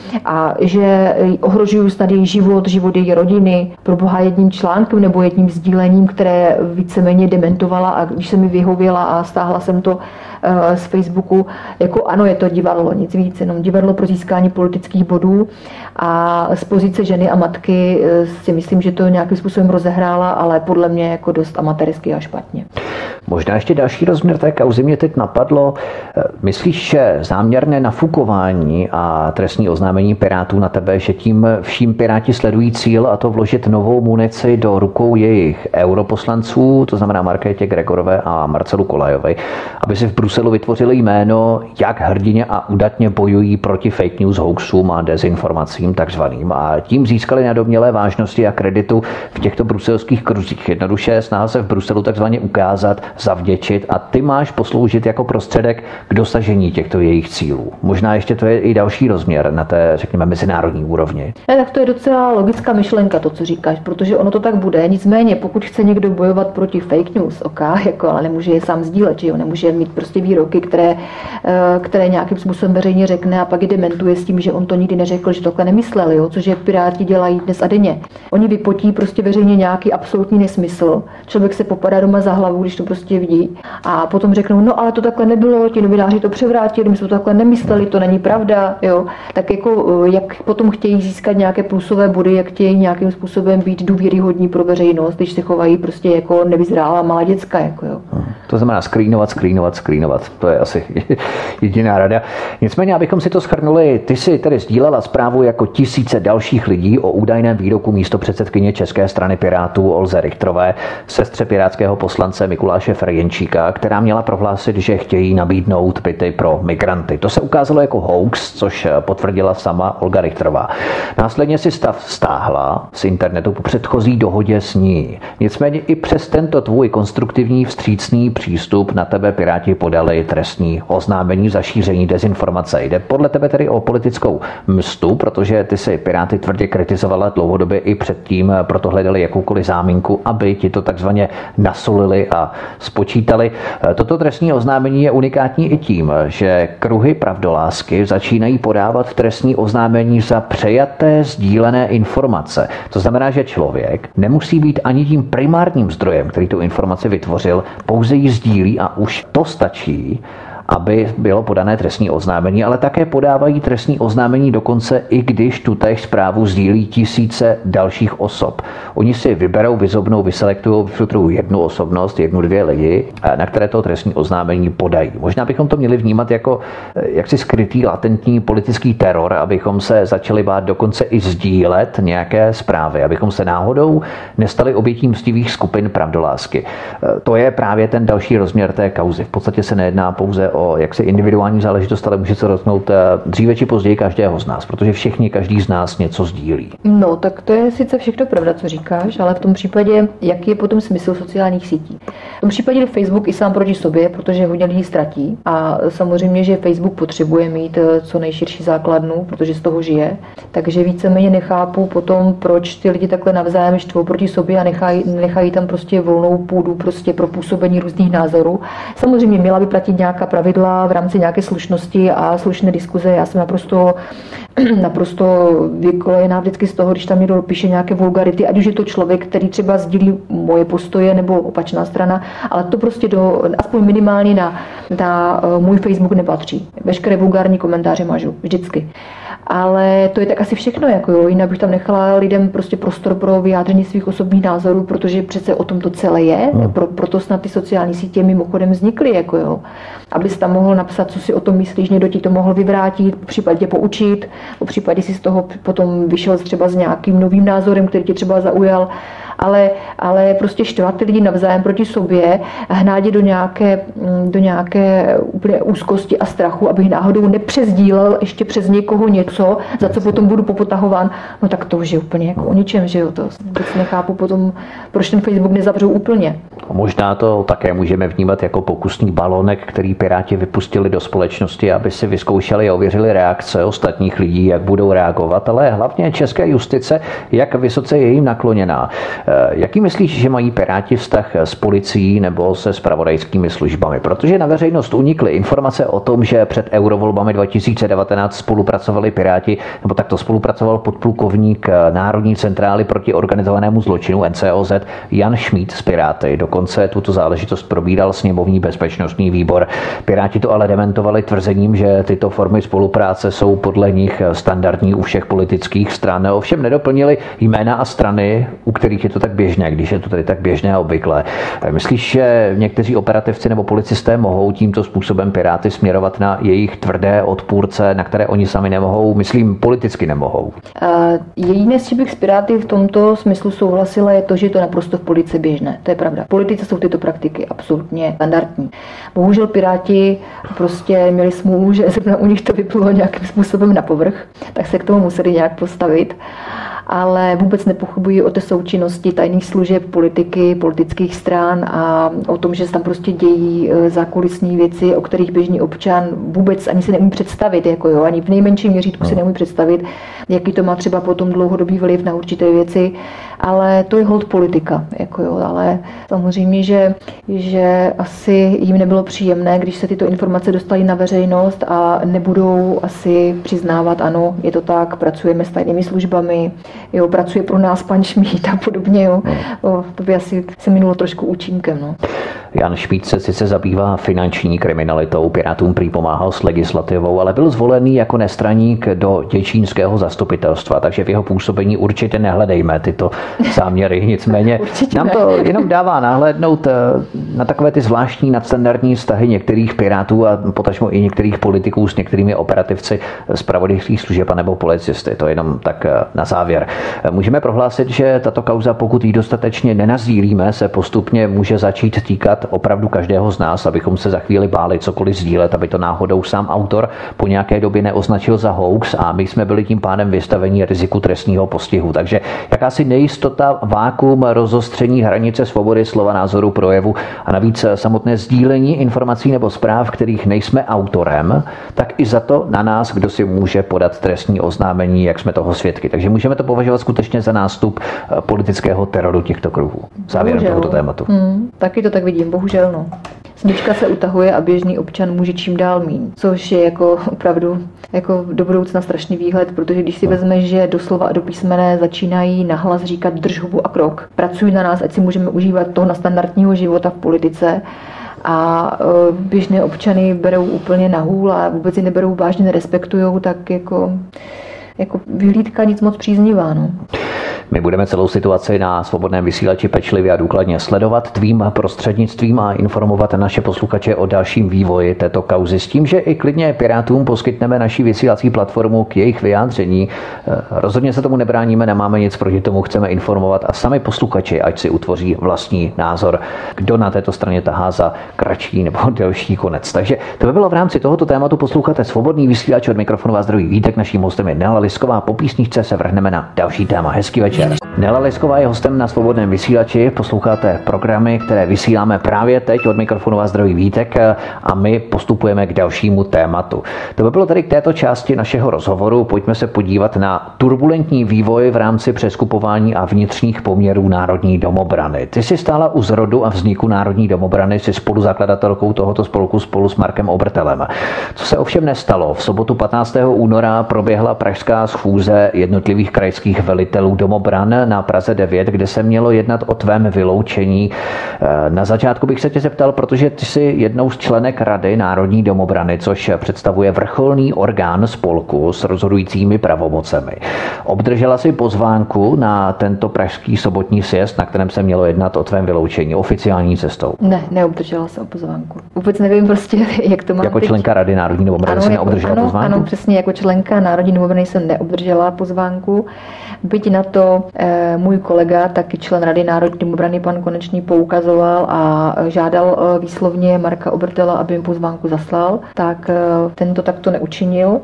A že ohrožuju snad její život, život její rodiny, proboha jedním článkem nebo jedním sdílením, které víceméně dementovala, a když se mi vyhověla a stáhla jsem to z Facebooku, jako ano, je to divadlo, nic víc, jenom divadlo pro získání politických bodů, a z pozice ženy a matky si myslím, že to nějakým způsobem rozehrála, ale podle mě jako dost amatérsky a špatně. Možná ještě další rozměr té kauzy mě teď napadlo. Myslíš, že záměrné nafukování a trestní oznámení Pirátů na tebe, že tím vším Piráti sledují cíl, a to vložit novou munici do rukou jejich europoslanců, to znamená Markétě Gregorové a Marcelu Kolajové, aby si v Bruselu vytvořili jméno, jak hrdinně a udatně bojují proti fake news, hoaxům a dezinformacím takzvaným, a tím získali na domnělé vážnosti a kreditu v těchto bruselských kruzích. Jednoduše snaha se v Bruselu takzvaně ukázat, zavděčit, a ty máš posloužit jako prostředek k dosažení těchto jejich cílů. Možná ještě to je i další rozměr na té, řekněme, mezinárodní úrovni. Ne, tak to je docela logická myšlenka, to, co říkáš, protože ono to tak bude. Nicméně, pokud chce někdo bojovat proti fake news, ok, jako, ale nemůže je sám sdílet, že jo, nemůže mít prostě výroky, které, které nějakým způsobem veřejně řekne a pak je dementuje s tím, že on to nikdy neřekl, že tohle nemyslel, jo, což je Piráti dělají dnes a denně. Oni vypotí prostě veřejně nějaký absolutní nesmysl. Člověk se popadá doma za hlavu, když to prostě vidí, a potom řeknou, no ale to takhle nebylo, ti novináři to převrátili, my jsme to takhle nemysleli, to není pravda, jo. Tak jako jak potom chtějí získat nějaké plusové body, jak chtějí nějakým způsobem být důvěryhodní pro veřejnost, když se chovají prostě jako nevyzrálá malá děcka, jako jo. To znamená skrýnovat, skrýnovat, skrýnovat. To je asi jediná rada. Nicméně, abychom si to shrnuli, ty si tedy sdílela zprávu jako tisíce dalších lidí o údajném výroku místopředsedkyně České strany Pirátů Olze Richterové, sestře pirátského poslance Mikuláše Ferjenčíka, která měla prohlásit, že chtějí nabídnout byty pro migranty. To se ukázalo jako hoax, což potvrdila sama Olga Richterová. Následně si stav stáhla z internetu po předchozí dohodě s ní. Nicméně i přes tento tvůj konstruktivní vstřícný přístup na tebe Piráti podali trestní oznámení za šíření dezinformace. Jde podle tebe tedy o politickou mstu, protože ty si Piráty tvrdě kritizovala dlouhodobě i předtím, proto hledali jakoukoliv záminku, aby ti to takzvaně nasolili a spočítali. Toto trestní oznámení je unikátní i tím, že kruhy pravdolásky začínají podávat trestní oznámení za přejaté sdílené informace. To znamená, že člověk nemusí být ani tím primárním zdrojem, který tu informaci vytvořil, pouze ji sdílí a už to stačí, aby bylo podané trestní oznámení, ale také podávají trestní oznámení dokonce i když tutéž zprávu sdílí tisíce dalších osob. Oni si vyberou, vyzobnou, vyselektují, vyfiltrují jednu osobnost, jednu, dvě lidi, na které to trestní oznámení podají. Možná bychom to měli vnímat jako jaksi skrytý, latentní politický teror, abychom se začali bát dokonce i sdílet nějaké zprávy, abychom se náhodou nestali obětí mstivých skupin pravdolásky. To je právě ten další rozměr té kauzy. V podstatě se nejedná pouze o jaksi individuální záležitost, ale může se dotknout dříve či později každého z nás, protože všichni, každý z nás něco sdílí. No, tak to je sice všechno pravda, co říkáš. říkáš, ale v tom případě, jaký je potom smysl sociálních sítí? V tom případě Facebook i sám proti sobě, protože hodně lidí ztratí a samozřejmě, že Facebook potřebuje mít co nejširší základnu, protože z toho žije, takže víceméně nechápu potom, proč ty lidi takhle navzájem štvou proti sobě a nechají, nechají tam prostě volnou půdu prostě pro působení různých názorů. Samozřejmě měla by platit nějaká pravidla v rámci nějaké slušnosti a slušné diskuze. Já jsem naprosto, naprosto vykolejená vždycky z toho, když tam někdo píše nějaké vulgarity, ať už je to člověk, který třeba sdílí moje postoje nebo opačná strana, ale to prostě do, aspoň minimálně na, na můj Facebook nepatří. Veškeré vulgární komentáře mažu, vždycky. Ale to je tak asi všechno, jako jo. Jinak bych tam nechala lidem prostě prostor pro vyjádření svých osobních názorů, protože přece o tom to celé je. Hmm. Pro, proto snad ty sociální sítě mimochodem vznikly, jako jo. Abys tam mohl napsat, co si o tom myslíš, někdo ti to mohl vyvrátit, v případě poučit, v případě si z toho potom vyšel třeba s nějakým novým názorem, který tě třeba zaujal. Ale, ale prostě štvat ty lidi navzájem proti sobě, hnát je do nějaké, do nějaké úplně úzkosti a strachu, abych náhodou nepřezdílel ještě přes někoho něco, za co potom budu popotahován, no tak to už je úplně jako o ničem, že jo, to vůbec nechápu potom, proč ten Facebook nezavřou úplně. Možná to také můžeme vnímat jako pokusný balonek, který Piráti vypustili do společnosti, aby si vyzkoušeli a ověřili reakce ostatních lidí, jak budou reagovat, ale hlavně české justice, jak vysoce je jim nakloněná. Jaký myslíš, že mají Piráti vztah s policií nebo se zpravodajskými službami? Protože na veřejnost unikly informace o tom, že před eurovolbami dva tisíce devatenáct spolupracovali Piráti, nebo takto spolupracoval podplukovník Národní centrály proti organizovanému zločinu N C O Z Jan Šmíd s Piráty. Dokonce tuto záležitost probíral sněmovní bezpečnostní výbor. Piráti to ale dementovali tvrzením, že tyto formy spolupráce jsou podle nich standardní u všech politických stran. Ovšem nedoplnili jména a strany, u kterých je to tak běžné, když je to tady tak běžné a obvyklé. Myslíš, že někteří operativci nebo policisté mohou tímto způsobem Piráty směrovat na jejich tvrdé odpůrce, na které oni sami nemohou, myslím, politicky nemohou? Jediné, s čím bych s Piráty v tomto smyslu souhlasila, je to, že je to naprosto v politice běžné. To je pravda. V politice jsou tyto praktiky absolutně standardní. Bohužel Piráti prostě měli smůlu, že u nich to vyplulo nějakým způsobem na povrch, tak se k tomu museli nějak postavit. Ale vůbec nepochybuji o té součinnosti tajných služeb, politiky, politických stran a o tom, že se tam prostě dějí zákulisní věci, o kterých běžný občan vůbec ani si neumí představit, jako jo, ani v nejmenším měřítku si neumí představit, jaký to má třeba potom dlouhodobý vliv na určité věci, ale to je holt politika, jako jo, ale samozřejmě, že, že asi jim nebylo příjemné, když se tyto informace dostaly na veřejnost a nebudou asi přiznávat, ano, je to tak, pracujeme s tajnými službami, jo, pracuje pro nás pan Šmíd a podobně, jo. O, to by asi se minulo trošku účinkem, no. Jan Šmíd se sice zabývá finanční kriminalitou, Pirátům prý pomáhal s legislativou, ale byl zvolený jako nestraník do děčínského zastupitelstva, takže v jeho působení určitě nehledejme tyto záměry. Nicméně nám to jenom dává nahlédnout na takové ty zvláštní nadstandardní vztahy některých Pirátů a potažmo i některých politiků s některými operativci zpravodajských služeb nebo policisty. To jenom tak na závěr. Můžeme prohlásit, že tato kauza, pokud ji dostatečně nenazdílíme, se postupně může začít týkat opravdu každého z nás, abychom se za chvíli báli cokoliv sdílet, aby to náhodou sám autor po nějaké době neoznačil za hoax a my jsme byli tím pádem vystaveni riziku trestního postihu. Takže jakási nejistota, vákuum, rozostření hranice svobody slova, názoru, projevu a navíc samotné sdílení informací nebo zpráv, kterých nejsme autorem, tak i za to na nás, kdo si může podat trestní oznámení, jak jsme toho svědky. Takže můžeme to považovat skutečně za nástup politického teroru těchto kruhů. Závěrem tohoto tématu. Hmm, taky to tak vidím, bohužel no. Smyčka se utahuje a běžný občan může čím dál míň, což je jako opravdu jako do budoucna strašný výhled, protože když si vezmeš, že doslova a do písmene začínají nahlas říkat drž hubu a krok, pracují na nás, ať si můžeme užívat toho na standardního života v politice, a běžné občany berou úplně na hůl a vůbec ji neberou vážně, nerespektujou, tak jako, jako vyhlídka nic moc příznivá. No. My budeme celou situaci na Svobodném vysílači pečlivě a důkladně sledovat tvým prostřednictvím a informovat naše posluchače o dalším vývoji této kauzy s tím, že i klidně Pirátům poskytneme naší vysílací platformu k jejich vyjádření. Rozhodně se tomu nebráníme, nemáme nic proti tomu, chceme informovat a sami posluchači, ať si utvoří vlastní názor, kdo na této straně tahá za kratší nebo delší konec. Takže to by bylo v rámci tohoto tématu. Posloucháte Svobodný vysílač, od mikrofonu vás zdraví Vítek, naším hostem je Nela Lisková. Po písničce se vrhneme na další téma. Hezký večer. Nela Lisková je hostem na Svobodném vysílači. Posloucháte programy, které vysíláme právě teď. Od mikrofonu vás zdraví Vítek a my postupujeme k dalšímu tématu. To by bylo tady k této části našeho rozhovoru. Pojďme se podívat na turbulentní vývoj v rámci přeskupování a vnitřních poměrů Národní domobrany. Ty jsi stála u zrodu a vzniku Národní domobrany, jsi spoluzakladatelkou tohoto spolku spolu s Markem Obertelem. Co se ovšem nestalo? V sobotu patnáctého února proběhla pražská schůze jednotlivých krajských velitelů domobran na Praze devět, kde se mělo jednat o tvém vyloučení. Na začátku bych se tě zeptal, protože ty jsi jednou z členek Rady Národní domobrany, což představuje vrcholný orgán spolku s rozhodujícími pravomocemi. Obdržela jsi pozvánku na tento pražský sobotní sjezd, na kterém se mělo jednat o tvém vyloučení oficiální cestou? Ne, neobdržela jsem pozvánku. Vůbec nevím prostě, jak to mám. Jako teď. členka Rady Národní domobrany jsi neobdržela ano, pozvánku? Ano, přesně, jako členka Národní domobrany jsem neobdržela pozvánku. Byť na to e, můj kolega, taky člen Rady Národní domobrany, pan Konečný, poukazoval a žádal e, výslovně Marka Obertela, aby mi pozvánku zaslal, tak e, tento takto neučinil.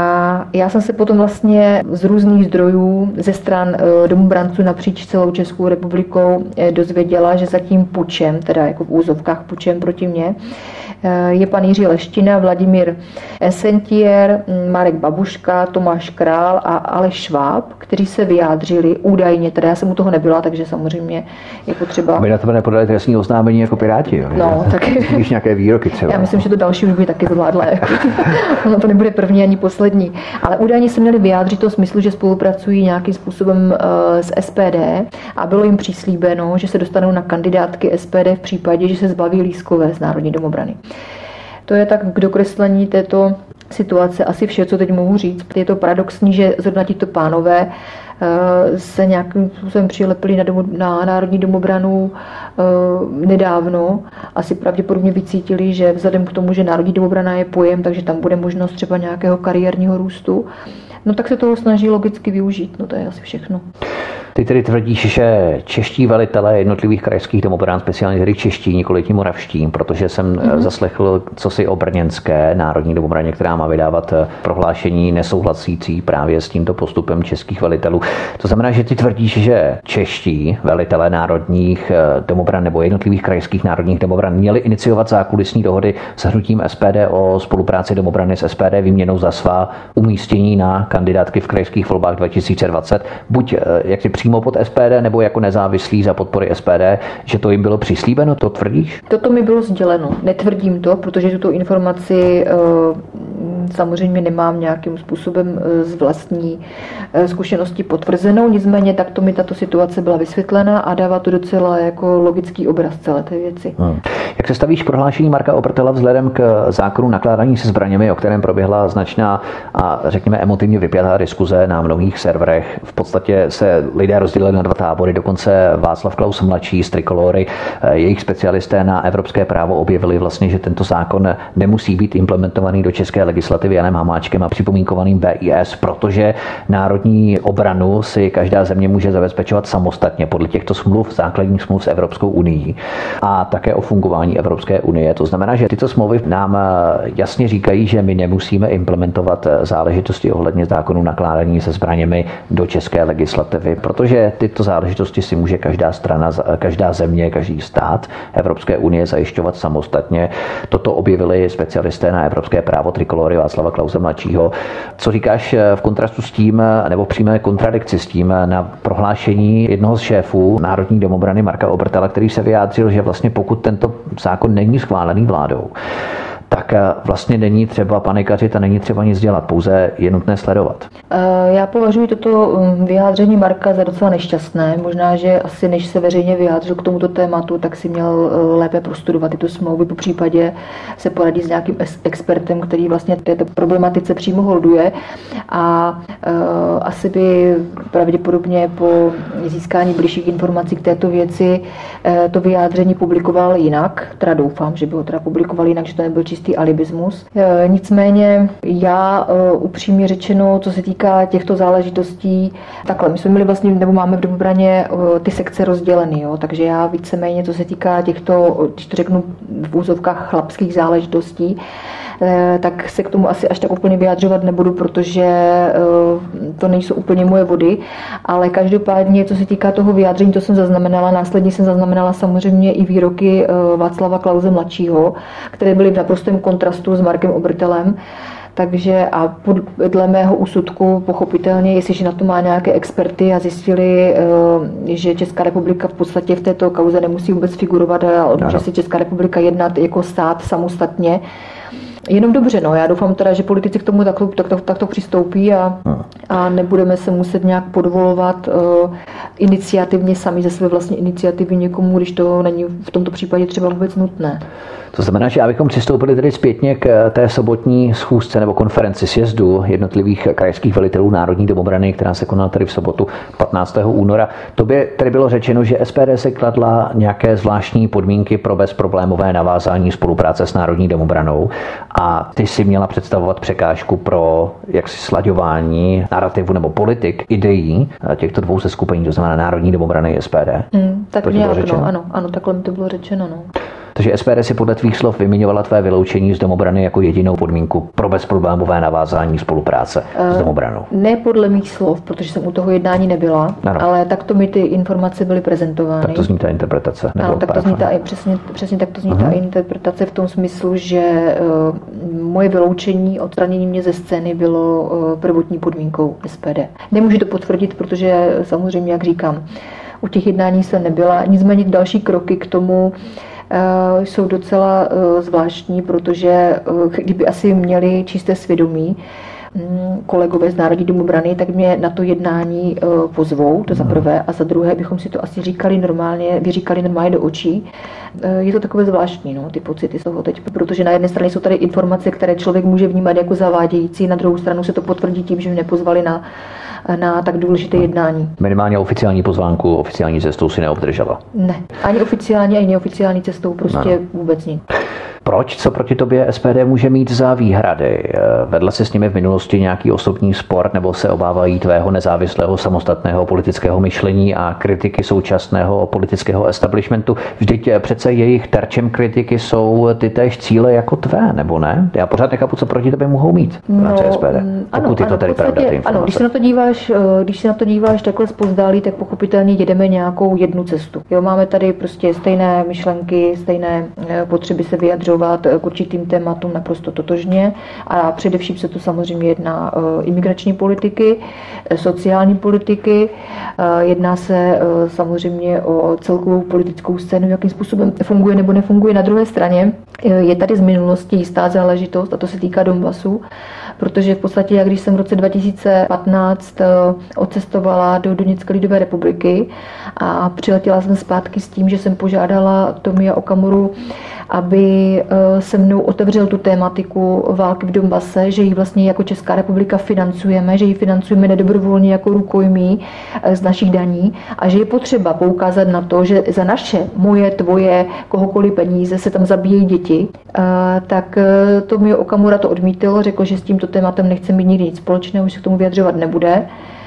A já jsem se potom vlastně z různých zdrojů ze stran e, domobranců napříč celou Českou republikou e, dozvěděla, že za tím pučem, teda jako v úzovkách pučem proti mně, e, je pan Jiří Leština, Vladimír Sentier, Marek Babuška, Tomáš Král a Aleš Šváb, kteří se vyjádřili údajně, teda já jsem u toho nebyla, takže samozřejmě je potřeba... A my na tebe nepodali trestní oznámení jako Piráti, jo? No, tak... Víš nějaké výroky třeba. Já myslím, že to další už by taky zvládla. Jako. Ono to nebude první ani poslední. Ale údajně se měli vyjádřit v tom smyslu, že spolupracují nějakým způsobem uh, s S P D a bylo jim přislíbeno, že se dostanou na kandidátky S P D v případě, že se zbaví Lískové z Národní domobrany. To je tak k dokreslení této situace asi vše, co teď mohu říct. Je to paradoxní, že zrovna tito pánové se nějakým způsobem přilepili na, domo, na Národní domobranu e, nedávno. Asi pravděpodobně vycítili, že vzhledem k tomu, že Národní domobrana je pojem, takže tam bude možnost třeba nějakého kariérního růstu. No tak se toho snaží logicky využít. No to je asi všechno. Ty tedy tvrdíš, že čeští velitelé jednotlivých krajských domobran, speciálně tedy čeští, nikoli ti moravští, protože jsem mm-hmm. zaslechl cosi o brněnské Národní domobraně, která má vydávat prohlášení nesouhlasící právě s tímto postupem českých velitelů. To znamená, že ty tvrdíš, že čeští velitelé národních domobran nebo jednotlivých krajských národních domobran měli iniciovat zákulisní dohody s hnutím S P D o spolupráci domobrany s S P D výměnou za svá umístění na kandidátky v krajských volbách dva tisíce dvacet, buď jak si přímo pod S P D nebo jako nezávislý za podpory S P D, že to jim bylo přislíbeno, to tvrdíš? Toto mi bylo sděleno. Netvrdím to, protože tuto informaci samozřejmě nemám nějakým způsobem z vlastní zkušenosti potvrzenou, nicméně takto mi tato situace byla vysvětlena a dává to docela jako logický obraz celé té věci. Hmm. Jak se stavíš k prohlášení Marka Obertela vzhledem k zákonu nakládání se zbraněmi, o kterém proběhla značná a řekněme emotivně vypjatá diskuze na mnohých serverech? V podstatě se lidé rozdělili na dva tábory, dokonce Václav Klaus mladší z Trikolory, jejich specialisté na evropské právo objevili vlastně, že tento zákon nemusí být implementovaný do české legislativy Janem Hamáčkem a připomínkovaným B I S, protože národní obranu si každá země může zabezpečovat samostatně podle těchto smluv, základních smluv s Evropskou unií a také o fungování Evropské unie. To znamená, že tyto smlouvy nám jasně říkají, že my nemusíme implementovat záležitosti ohledně zákonu nakládání se zbraněmi do české legislativy, protože tyto záležitosti si může každá strana, každá země, každý stát Evropské unie zajišťovat samostatně. Toto objevili specialisté na evropské právo Trikolory Václava Klause mladšího. Co říkáš v kontrastu s tím, nebo v přímé kontradikci s tím na prohlášení jednoho z šéfů Národní domobrany Marka Obertela, který se vyjádřil, že vlastně pokud tento zákon není schválený vládou, tak vlastně není třeba panikařit a není třeba nic dělat, pouze je nutné sledovat. Já považuji toto vyjádření Marka za docela nešťastné. Možná, že asi než se veřejně vyjádřil k tomuto tématu, tak si měl lépe prostudovat tyto smlouvy, po případě se poradit s nějakým expertem, který vlastně této problematice přímo holduje. A uh, asi by pravděpodobně po získání bližších informací k této věci uh, to vyjádření publikoval jinak. Teda doufám, že by ho teda publikoval jinak, že to nebyl čistý čistý alibismus. Nicméně já upřímně řečeno, co se týká těchto záležitostí, takhle, my jsme měli vlastně, nebo máme v Domobraně ty sekce rozděleny, jo, takže já víceméně, co se týká těchto, když to řeknu v úzovkách chlapských záležitostí, tak se k tomu asi až tak úplně vyjadřovat nebudu, protože to nejsou úplně moje vody, ale každopádně, co se týká toho vyjádření, to jsem zaznamenala, následně jsem zaznamenala samozřejmě i výroky Václava Klause mladšího, které byly v naprostém kontrastu s Markem Obertelem. Takže a podle mého úsudku pochopitelně, jestliže na to má nějaké experty a zjistili, že Česká republika v podstatě v této kauze nemusí vůbec figurovat a může si Česká republika jednat jako stát samostatně, jenom dobře, no. Já doufám teda, že politici k tomu takto, takto, takto přistoupí a, a nebudeme se muset nějak podvolovat uh, iniciativně sami ze své vlastní iniciativy někomu, když to není v tomto případě třeba vůbec nutné. To znamená, že abychom přistoupili tedy zpětně k té sobotní schůzce nebo konferenci sjezdu jednotlivých krajských velitelů Národní domobrany, která se konala tady v sobotu patnáctého února. To by tedy bylo řečeno, že S P D se kladla nějaké zvláštní podmínky pro bezproblémové navázání spolupráce s Národní domobranou a ty si měla představovat překážku pro jaksi slaďování narrativu nebo politik, ideí těchto dvou seskupení, to znamená Národní domobrany a S P D. Hmm, tak nějak, no, ano, ano, takhle mi to bylo řečeno, no. Takže S P D si podle tvých slov vyměňovala tvé vyloučení z domobrany jako jedinou podmínku pro bezproblémové navázání spolupráce uh, s domobranou. Ne podle mých slov, protože jsem u toho jednání nebyla, ano. Ale takto mi ty informace byly prezentovány. Tak to zní ta interpretace. Ano, tak to zní ta, přesně, přesně tak to zní uh-huh. ta interpretace v tom smyslu, že uh, moje vyloučení, odstranění mě ze scény bylo uh, prvotní podmínkou S P D. Nemůžu to potvrdit, protože samozřejmě, jak říkám, u těch jednání jsem nebyla. Nicméně další kroky k tomu Uh, jsou docela uh, zvláštní, protože uh, kdyby asi měli čisté svědomí um, kolegové z Národní domobrany, tak mě na to jednání uh, pozvou, to za prvé, a za druhé bychom si to asi říkali normálně, vyříkali normálně do očí. Uh, je to takové zvláštní, no, ty pocity z toho teď, protože na jedné straně jsou tady informace, které člověk může vnímat jako zavádějící, na druhou stranu se to potvrdí tím, že mě nepozvali na na tak důležité jednání. Minimálně oficiální pozvánku, oficiální cestou si neobdržela? Ne, ani oficiální, ani neoficiální cestou, prostě no. Vůbec nic. Proč? Co proti tobě S P D může mít za výhrady? Vedla se s nimi v minulosti nějaký osobní spor nebo se obávají tvého nezávislého samostatného politického myšlení a kritiky současného politického establishmentu? Vždyť přece jejich terčem kritiky jsou ty též cíle jako tvé, nebo ne? Já pořád nechápu, co proti tobě mohou mít v rámci no, S P D. Ano, Pokud je to tedy pravda, ty informace. Ano, když se na to díváš, když se na to díváš takhle zpozdálí, tak pochopitelně jedeme nějakou jednu cestu. Jo, máme tady prostě stejné myšlenky, stejné potřeby se vyjadřovat k určitým tématům naprosto totožně a především se to samozřejmě jedná o imigrační politiky, sociální politiky, jedná se samozřejmě o celkovou politickou scénu, jakým způsobem funguje nebo nefunguje. Na druhé straně je tady z minulosti jistá záležitost a to se týká Donbasu, protože v podstatě, jak když jsem v roce dva tisíce patnáct odcestovala do Doněcké lidové republiky a přiletěla jsem zpátky s tím, že jsem požádala Tomia Okamuru, aby se mnou otevřel tu tématiku války v Donbase, že ji vlastně jako Česká republika financujeme, že ji financujeme nedobrovolně jako rukojmí z našich daní a že je potřeba poukázat na to, že za naše, moje, tvoje, kohokoliv peníze se tam zabíjejí děti, tak Tomio Okamura to odmítl, řekl, že s tímto tématem nechce mít nikdy nic společného, že se k tomu vyjadřovat nebude.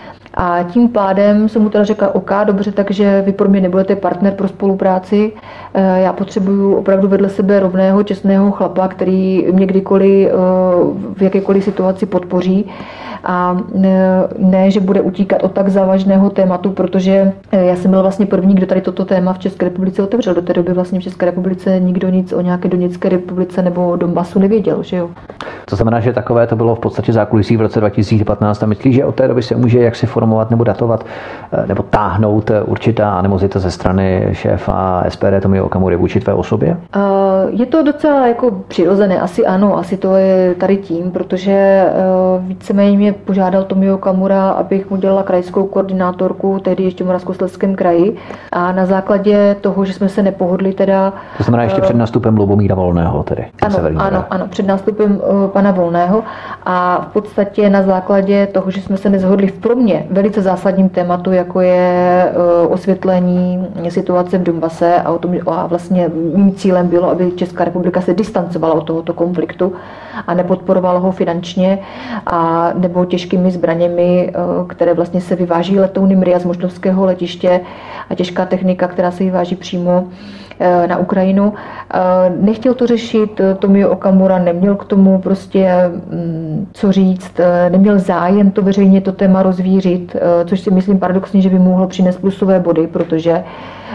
A tím pádem jsem mu teda řekla, OK, dobře, takže vy pro mě nebudete partner pro spolupráci. Já potřebuju opravdu vedle sebe rovného, čestného chlapa, který mě kdykoliv v jakékoliv situaci podpoří. A ne, že bude utíkat od tak závažného tématu, protože já jsem byl vlastně první, kdo tady toto téma v České republice otevřel. Do té doby vlastně v České republice nikdo nic o nějaké Doněcké republice nebo Donbasu nevěděl, že jo. To znamená, že takové to bylo v podstatě zákulisí v roce dva tisíce patnáct a myslíš, že od té doby se může jaksi formovat nebo datovat nebo táhnout určitá animozita ze strany šéfa S P D Tomia Okamury vůči tvé osobě? Je to docela jako přirozené, asi ano, asi to je tady tím, protože víceméně mě mě požádal Tomio Okamura, abych mu dělala krajskou koordinátorku, tehdy ještě v Moravskoslezském kraji. A na základě toho, že jsme se nepohodli teda... To znamená ještě před nástupem Lubomíra Volného tedy. Ano, ano, ano, před nástupem uh, pana Volného. A v podstatě na základě toho, že jsme se nezhodli v pro mě velice zásadním tématu, jako je uh, osvětlení situace v Donbase a, o tom, a vlastně mým cílem bylo, aby Česká republika se distancovala od tohoto konfliktu a nepodporovala ho finančně a nebo těžkými zbraněmi, které vlastně se vyváží letouny Mria z mošnovského letiště a těžká technika, která se vyváží přímo na Ukrajinu. Nechtěl to řešit, Tomio Okamura neměl k tomu prostě co říct, neměl zájem to veřejně to téma rozvířit, což si myslím paradoxně, že by mohlo přinést plusové body, protože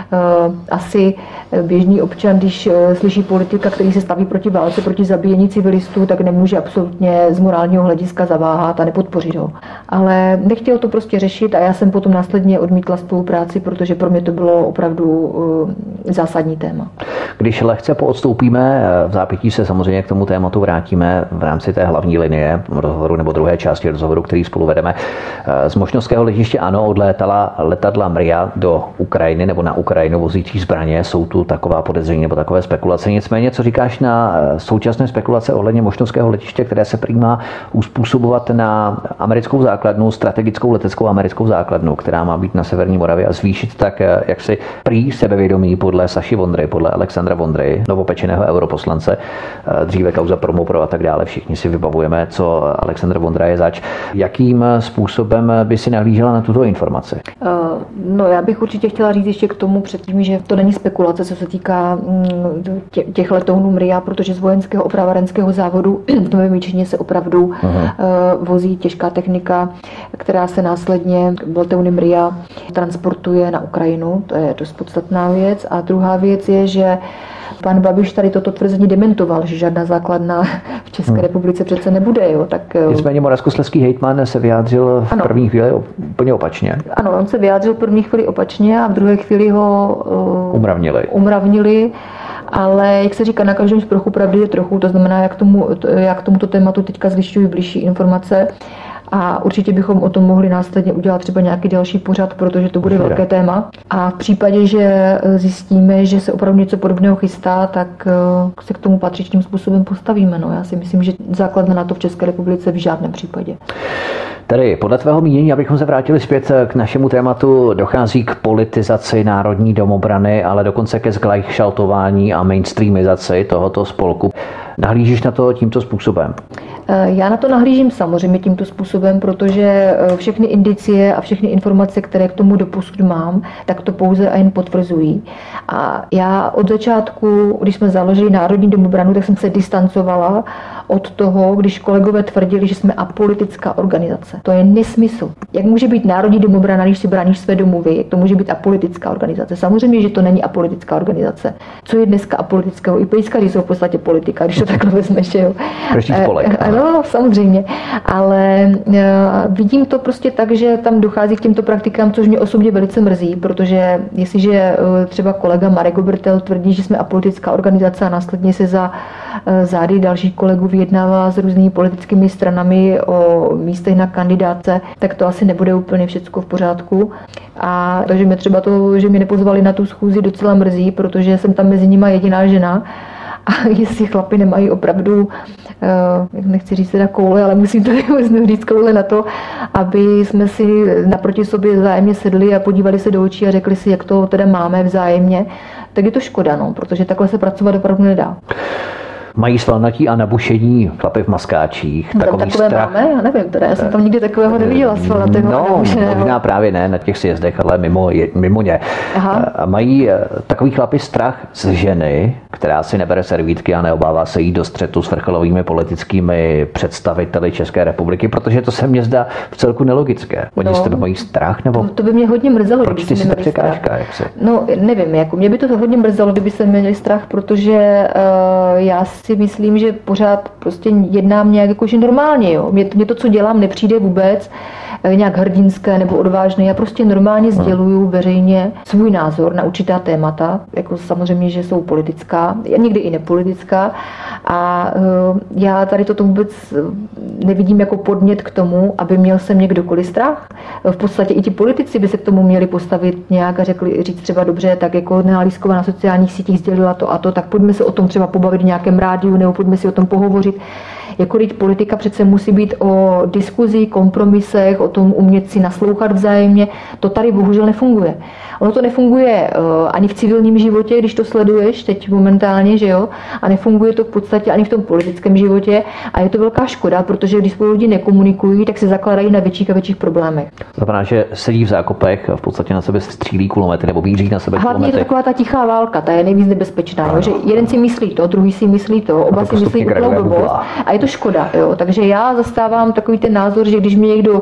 asi běžný občan, když slyší politika, který se staví proti válce, proti zabíjení civilistů, tak nemůže absolutně z morálního hlediska zaváhat a nepodpořit ho. Ale nechtěl to prostě řešit a já jsem potom následně odmítla spolupráci, protože pro mě to bylo opravdu zásadní téma. Když lehce poodstoupíme, v zápětí se samozřejmě k tomu tématu vrátíme v rámci té hlavní linie rozhovoru nebo druhé části rozhovoru, který spolu vedeme. Z mošnovského letiště ano, odlétala letadla Mria do Ukrajiny nebo na Ukrajinu vozící zbraně. Jsou tu taková podezření nebo takové spekulace. Nicméně, co říkáš na současné spekulace ohledně mošnovského letiště, které se prý má uspůsobovat na americkou základnu, strategickou leteckou americkou základnu, která má být na severní Moravě a zvýšit tak jaksi prý sebevědomí podle Saši Vondry, podle Alexandra Vondry, novopečeného europoslance, dříve kauza Promopro a tak dále. Všichni si vybavujeme, co Alexandr Vondra je zač. Jakým způsobem by si nahlížela na tuto informaci? Uh, no, já bych určitě chtěla říct ještě k tomu předtím, že to není spekulace, co se týká tě, těch letounů Mria, protože z vojenského opravárenského závodu v Novém Jičíně se opravdu uh, vozí těžká technika, která se následně letouny Mria transportuje na Ukrajinu. To je dost podstatná věc. A druhá věc je, že pan Babiš tady toto tvrzení dementoval, že žádná základna v České hmm. republice přece nebude. Jo, tak, nicméně moravskoslezský hejtman se vyjádřil v ano. první chvíli úplně opačně. Ano, on se vyjádřil v první chvíli opačně a v druhé chvíli ho uh, umravnili. umravnili. Ale jak se říká, na každém sprochu pravdy je trochu, to znamená, jak tomu, jak tomuto tématu teďka zjišťuji blížší informace. A určitě bychom o tom mohli následně udělat třeba nějaký další pořad, protože to bude Určitě. velké téma. A v případě, že zjistíme, že se opravdu něco podobného chystá, tak se k tomu patřičným způsobem postavíme. No, já si myslím, že základna na to v České republice v žádném případě. Tedy podle tvého mínění, abychom se vrátili zpět k našemu tématu, dochází k politizaci Národní domobrany, ale dokonce ke zglajšaltování a mainstreamizaci tohoto spolku. Nahlížíš na to tímto způsobem? Já na to nahlížím samozřejmě tímto způsobem, protože všechny indicie a všechny informace, které k tomu doposud mám, tak to pouze a jen potvrzují. A já od začátku, když jsme založili Národní domobranu, tak jsem se distancovala od toho, když kolegové tvrdili, že jsme apolitická organizace. To je nesmysl. Jak může být Národní domobrana, když si bráníš své domovy, jak to může být apolitická organizace? Samozřejmě, že to není apolitická organizace. Co je dneska apolitického? I pejskaři jsou v podstatě politika, když to takhle vezmeš, jo. Každý spolek. No, samozřejmě. Ale uh, vidím to prostě tak, že tam dochází k těmto praktikám, což mě osobně velice mrzí, protože jestliže uh, třeba kolega Marek Obertel tvrdí, že jsme apolitická organizace a následně se za uh, zády dalších kolegů vyjednává s různými politickými stranami o místech na kandidátce, tak to asi nebude úplně všecko v pořádku. A takže mě třeba to, že mě nepozvali na tu schůzi, docela mrzí, protože jsem tam mezi nimi jediná žena. A jestli chlapi nemají opravdu, jak nechci říct teda koule, ale musím to říct koule na to, aby jsme si naproti sobě vzájemně sedli a podívali se do očí a řekli si, jak to teda máme vzájemně, tak je to škoda, no, protože takhle se pracovat opravdu nedá. Mají svalnatí a nabušení chlapy v maskáčích. No, takový takové strach. Máme? Já nevím, teda já jsem tam nikdy takového neviděla, svalnatého no, a nabušeného. Možná právě ne na těch sjezdech, ale mimo, mimo ně. Aha. Mají takový chlapy strach z ženy, která si nebere servítky a neobává se jít do střetu s vrcholovými politickými představiteli České republiky, protože to se mně zdá v celku nelogické. Oni no, z tebe mají strach? Nebo to, to by mě hodně mrzelo. Proč ty si ta překážka? Jak si? No, nevím, jako mě by to hodně mrzelo, kdyby se měli strach, protože uh, já si myslím, že pořád prostě jednám nějak jakože normálně. Jo. Mě, mě to, co dělám, nepřijde vůbec nějak hrdinské nebo odvážné. Já prostě normálně sděluju veřejně svůj názor na určitá témata, jako samozřejmě, že jsou politická, někdy i nepolitická. A já tady toto vůbec nevidím jako podnět k tomu, aby měl se mě kdokoliv strach. V podstatě i ti politici by se k tomu měli postavit nějak a řekli, říct třeba dobře, tak jako Nela Lísková na sociálních sítích sdělila to a to, tak pojďme se o tom třeba pobavit v nějakém rádiu nebo pojďme si o tom pohovořit. Jako teď politika přece musí být o diskuzi, kompromisech, o tom umět si naslouchat vzájemně. To tady bohužel nefunguje. Ono to nefunguje uh, ani v civilním životě, když to sleduješ teď momentálně, že jo, a nefunguje to v podstatě ani v tom politickém životě a je to velká škoda, protože když spolu lidi nekomunikují, tak se zakládají na větších a větších problémech. Znamená, že sedí v zákopech, v podstatě na sebe střílí kulomety nebo míří na sebe kulomety. Hlavně je to taková ta tichá válka, ta je nejvíc nebezpečná, jo, že jeden si myslí to, druhý si myslí to, oba si myslí úplnou blbost a je to škoda, jo. Takže já zastávám takový ten názor, že když mě někdo uh,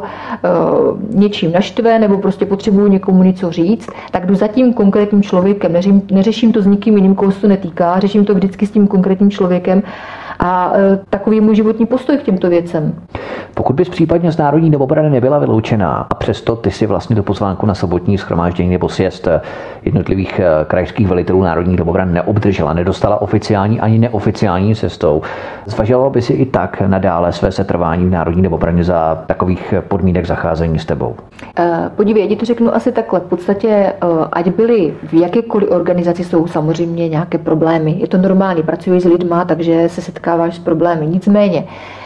něčím naštve nebo prostě potřebuju někomu něco říct, tak jdu za tím konkrétním člověkem, neřím, neřeším to s nikým jiným, koho se to netýká, řeším to vždycky s tím konkrétním člověkem a e, takový je můj životní postoj k těmto věcem. Pokud bys případně z Národní domobrany nebyla vyloučená a přesto ty si vlastně do pozvánku na sobotní shromáždění nebo sjezd jednotlivých krajských velitelů Národní domobrany neobdržela, nedostala oficiální ani neoficiální cestou, zvažovala by si i tak nadále své setrvání v Národní domobraně za takových podmínek zacházení s tebou? E, podívej, já ti to řeknu asi takhle. V podstatě, e, ať byly v jakékoliv organizaci, jsou samozřejmě nějaké problémy. Je to normální, pracuješ s lidma, takže se setkáváš s problémy. Nicméně,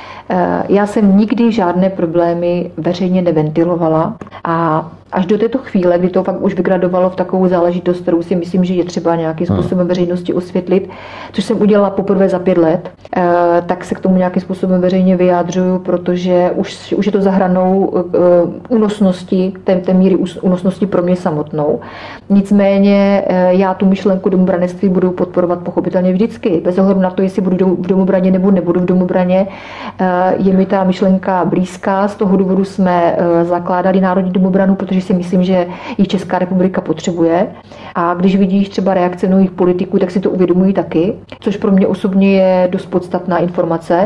já jsem nikdy žádné problémy veřejně neventilovala a až do této chvíle, kdy to fakt už vygradovalo v takovou záležitost, kterou si myslím, že je třeba nějakým způsobem veřejnosti osvětlit, což jsem udělala poprvé za pět let, tak se k tomu nějakým způsobem veřejně vyjádřuju, protože už, už je to za hranou únosnosti, té, té míry únosnosti pro mě samotnou. Nicméně já tu myšlenku domobranectví budu podporovat pochopitelně vždycky, bez ohledu na to, jestli budu v domobraně nebo nebudu v domobraně. Je mi ta myšlenka blízká, z toho důvodu jsme zakládali Národní domobranu, protože si myslím, že ji Česká republika potřebuje. A když vidíš třeba reakce mnohých politiků, tak si to uvědomují taky, což pro mě osobně je dost podstatná informace.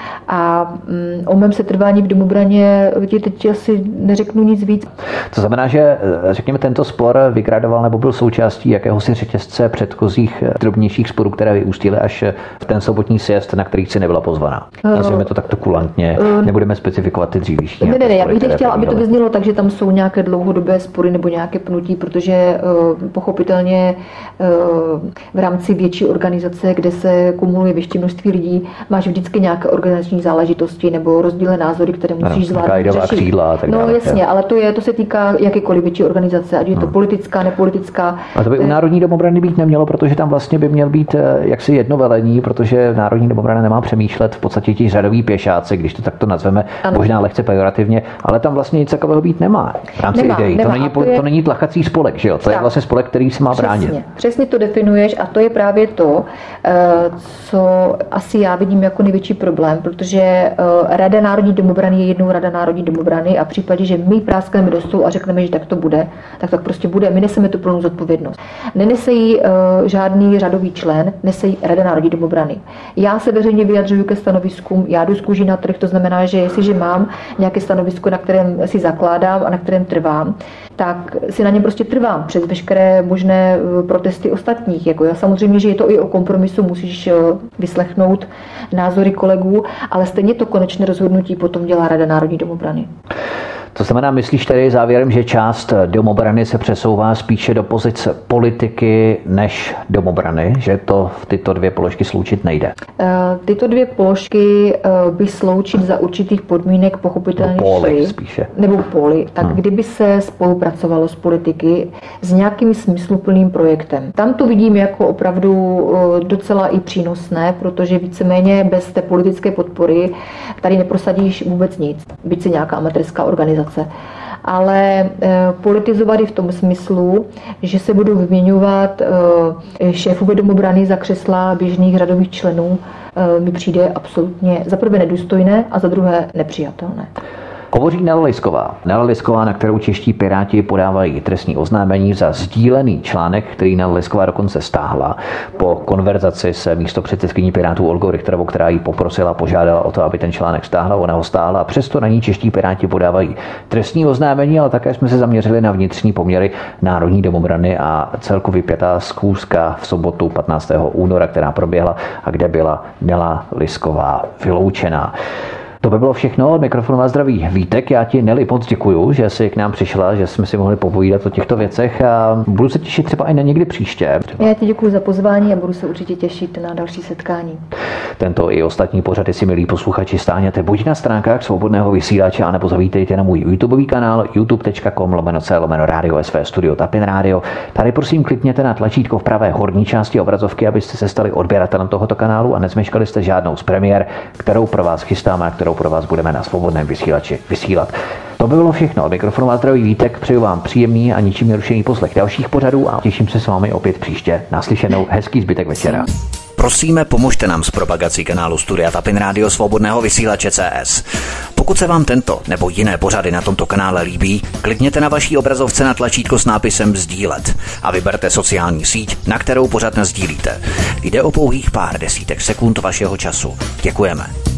A mm, o mém setrvání v domobraně ti teď asi neřeknu nic víc. To znamená, že řekněme tento spor vygradoval nebo byl součástí jakéhosi řetězce předchozích drobnějších sporů, které vyústily až v ten sobotní sjezd, na který si nebyla pozvaná. Nazveme to takto kulantně, nebudeme specifikovat ty dřívější. Ne, ne, ne, já bych nechtěla, aby to vyznělo tak, že tam jsou nějaké dlouhodobé spory nebo nějaké pnutí, protože uh, pochopitelně uh, v rámci větší organizace, kde se kumuluje větší množství lidí, máš vždycky nějaké organizační záležitosti nebo rozdílné názory, které musíš zvládnout řešit. Křídla, tak no dále, jasně, je. ale to je, to se týká jakékoliv větší organizace, ať je to hmm. politická, nepolitická. A to by u Národní domobrany být nemělo, protože tam vlastně by měl být jaksi jedno velení, protože Národní domobrana nemá přemýšlet v podstatě ti řadoví pěšáci, když to takto nazveme, ano. Možná lehce pejorativně, ale tam vlastně nic takového být nemá. V rámci nemá, ideí. Nemá. To není, to, je... to není tlachací spolek, že jo? To tak. Je vlastně spolek, který se má přesně, bránit. Přesně to definuješ a to je právě to, co asi já vidím jako největší problém, protože Rada Národní domobrany je jednou Rada Národní domobrany a v případě, že my práskneme do stolu a řekneme, že tak to bude, tak tak prostě bude. My neseme tu plnou zodpovědnost. Nenese jí uh, žádný řadový člen, nese jí Rada Národní domobrany. Já se veřejně vyjadřuju ke stanoviskům, já jdu z kůží na trh, to znamená, že jestliže mám nějaké stanovisko, na kterém si zakládám a na kterém trvám, tak si na něm prostě trvám přes veškeré možné protesty ostatních. Jako já samozřejmě, že je to i o kompromisu, musíš vyslechnout názory kolegů, ale stejně to konečné rozhodnutí potom dělá Rada Národní domobrany. To znamená, myslíš tedy závěrem, že část domobrany se přesouvá spíše do pozice politiky než domobrany, že to v tyto dvě položky sloučit nejde? Tyto dvě položky by sloučit za určitých podmínek pochopitelně šly. Spíše. Nebo poli. Tak hmm. kdyby se spolupracovalo s politiky s nějakým smysluplným projektem. Tam to vidím jako opravdu docela i přínosné, protože víceméně bez té politické podpory tady neprosadíš vůbec nic. Byť si nějaká amatérská organizace. Ale e, politizovat i v tom smyslu, že se budou vyměňovat e, šéfové domobrany za křesla běžných řadových členů, e, mi přijde absolutně za prvé nedůstojné a za druhé nepřijatelné. Hovoří Nela Lisková. Nela Lisková, na kterou čeští Piráti podávají trestní oznámení za sdílený článek, který Nela Lisková dokonce stáhla po konverzaci se místopředsedkyní Pirátů Olgou Richterovou, která ji poprosila, požádala o to, aby ten článek stáhla, ona ho stáhla a přesto na ní čeští Piráti podávají trestní oznámení, ale také jsme se zaměřili na vnitřní poměry Národní domobrany a celku vypjatá schůzka v sobotu patnáctého února, která proběhla a kde byla Nela Lisková vyloučená. To by bylo všechno. Od mikrofonu vás zdraví Vítek. Já ti, Neli, moc děkuju, že jsi k nám přišla, že jsme si mohli popovídat o těchto věcech a budu se těšit třeba i na někdy příště. Já ti děkuju za pozvání a budu se určitě těšit na další setkání. Tento i ostatní pořady si, milí posluchači, stáhněte buď na stránkách Svobodného vysílače, anebo zavítejte na můj YouTubeový kanál youtube tečka com lomeno c lomeno radio sv studio Tapin Radio. Tady prosím klikněte na tlačítko v pravé horní části obrazovky, abyste se stali odběratelem tohoto kanálu a nezmeškali jste žádnou z premiér, kterou pro vás chystáme a kterou pro vás budeme na Svobodném vysílači vysílat. To by bylo všechno. Od mikrofonu vás zdraví Vítek, přeju vám příjemný a ničím nerušený poslech dalších pořadů a těším se s vámi opět příště. Naslyšenou, hezký zbytek večera. Prosíme, pomožte nám s propagací kanálu Studia Tapin Radio Svobodného vysílače C S. Pokud se vám tento nebo jiné pořady na tomto kanále líbí, klikněte na vaší obrazovce na tlačítko s nápisem sdílet a vyberte sociální síť, na kterou pořad nasdílíte. Jde o pouhých pár desítek sekund vašeho času. Děkujeme.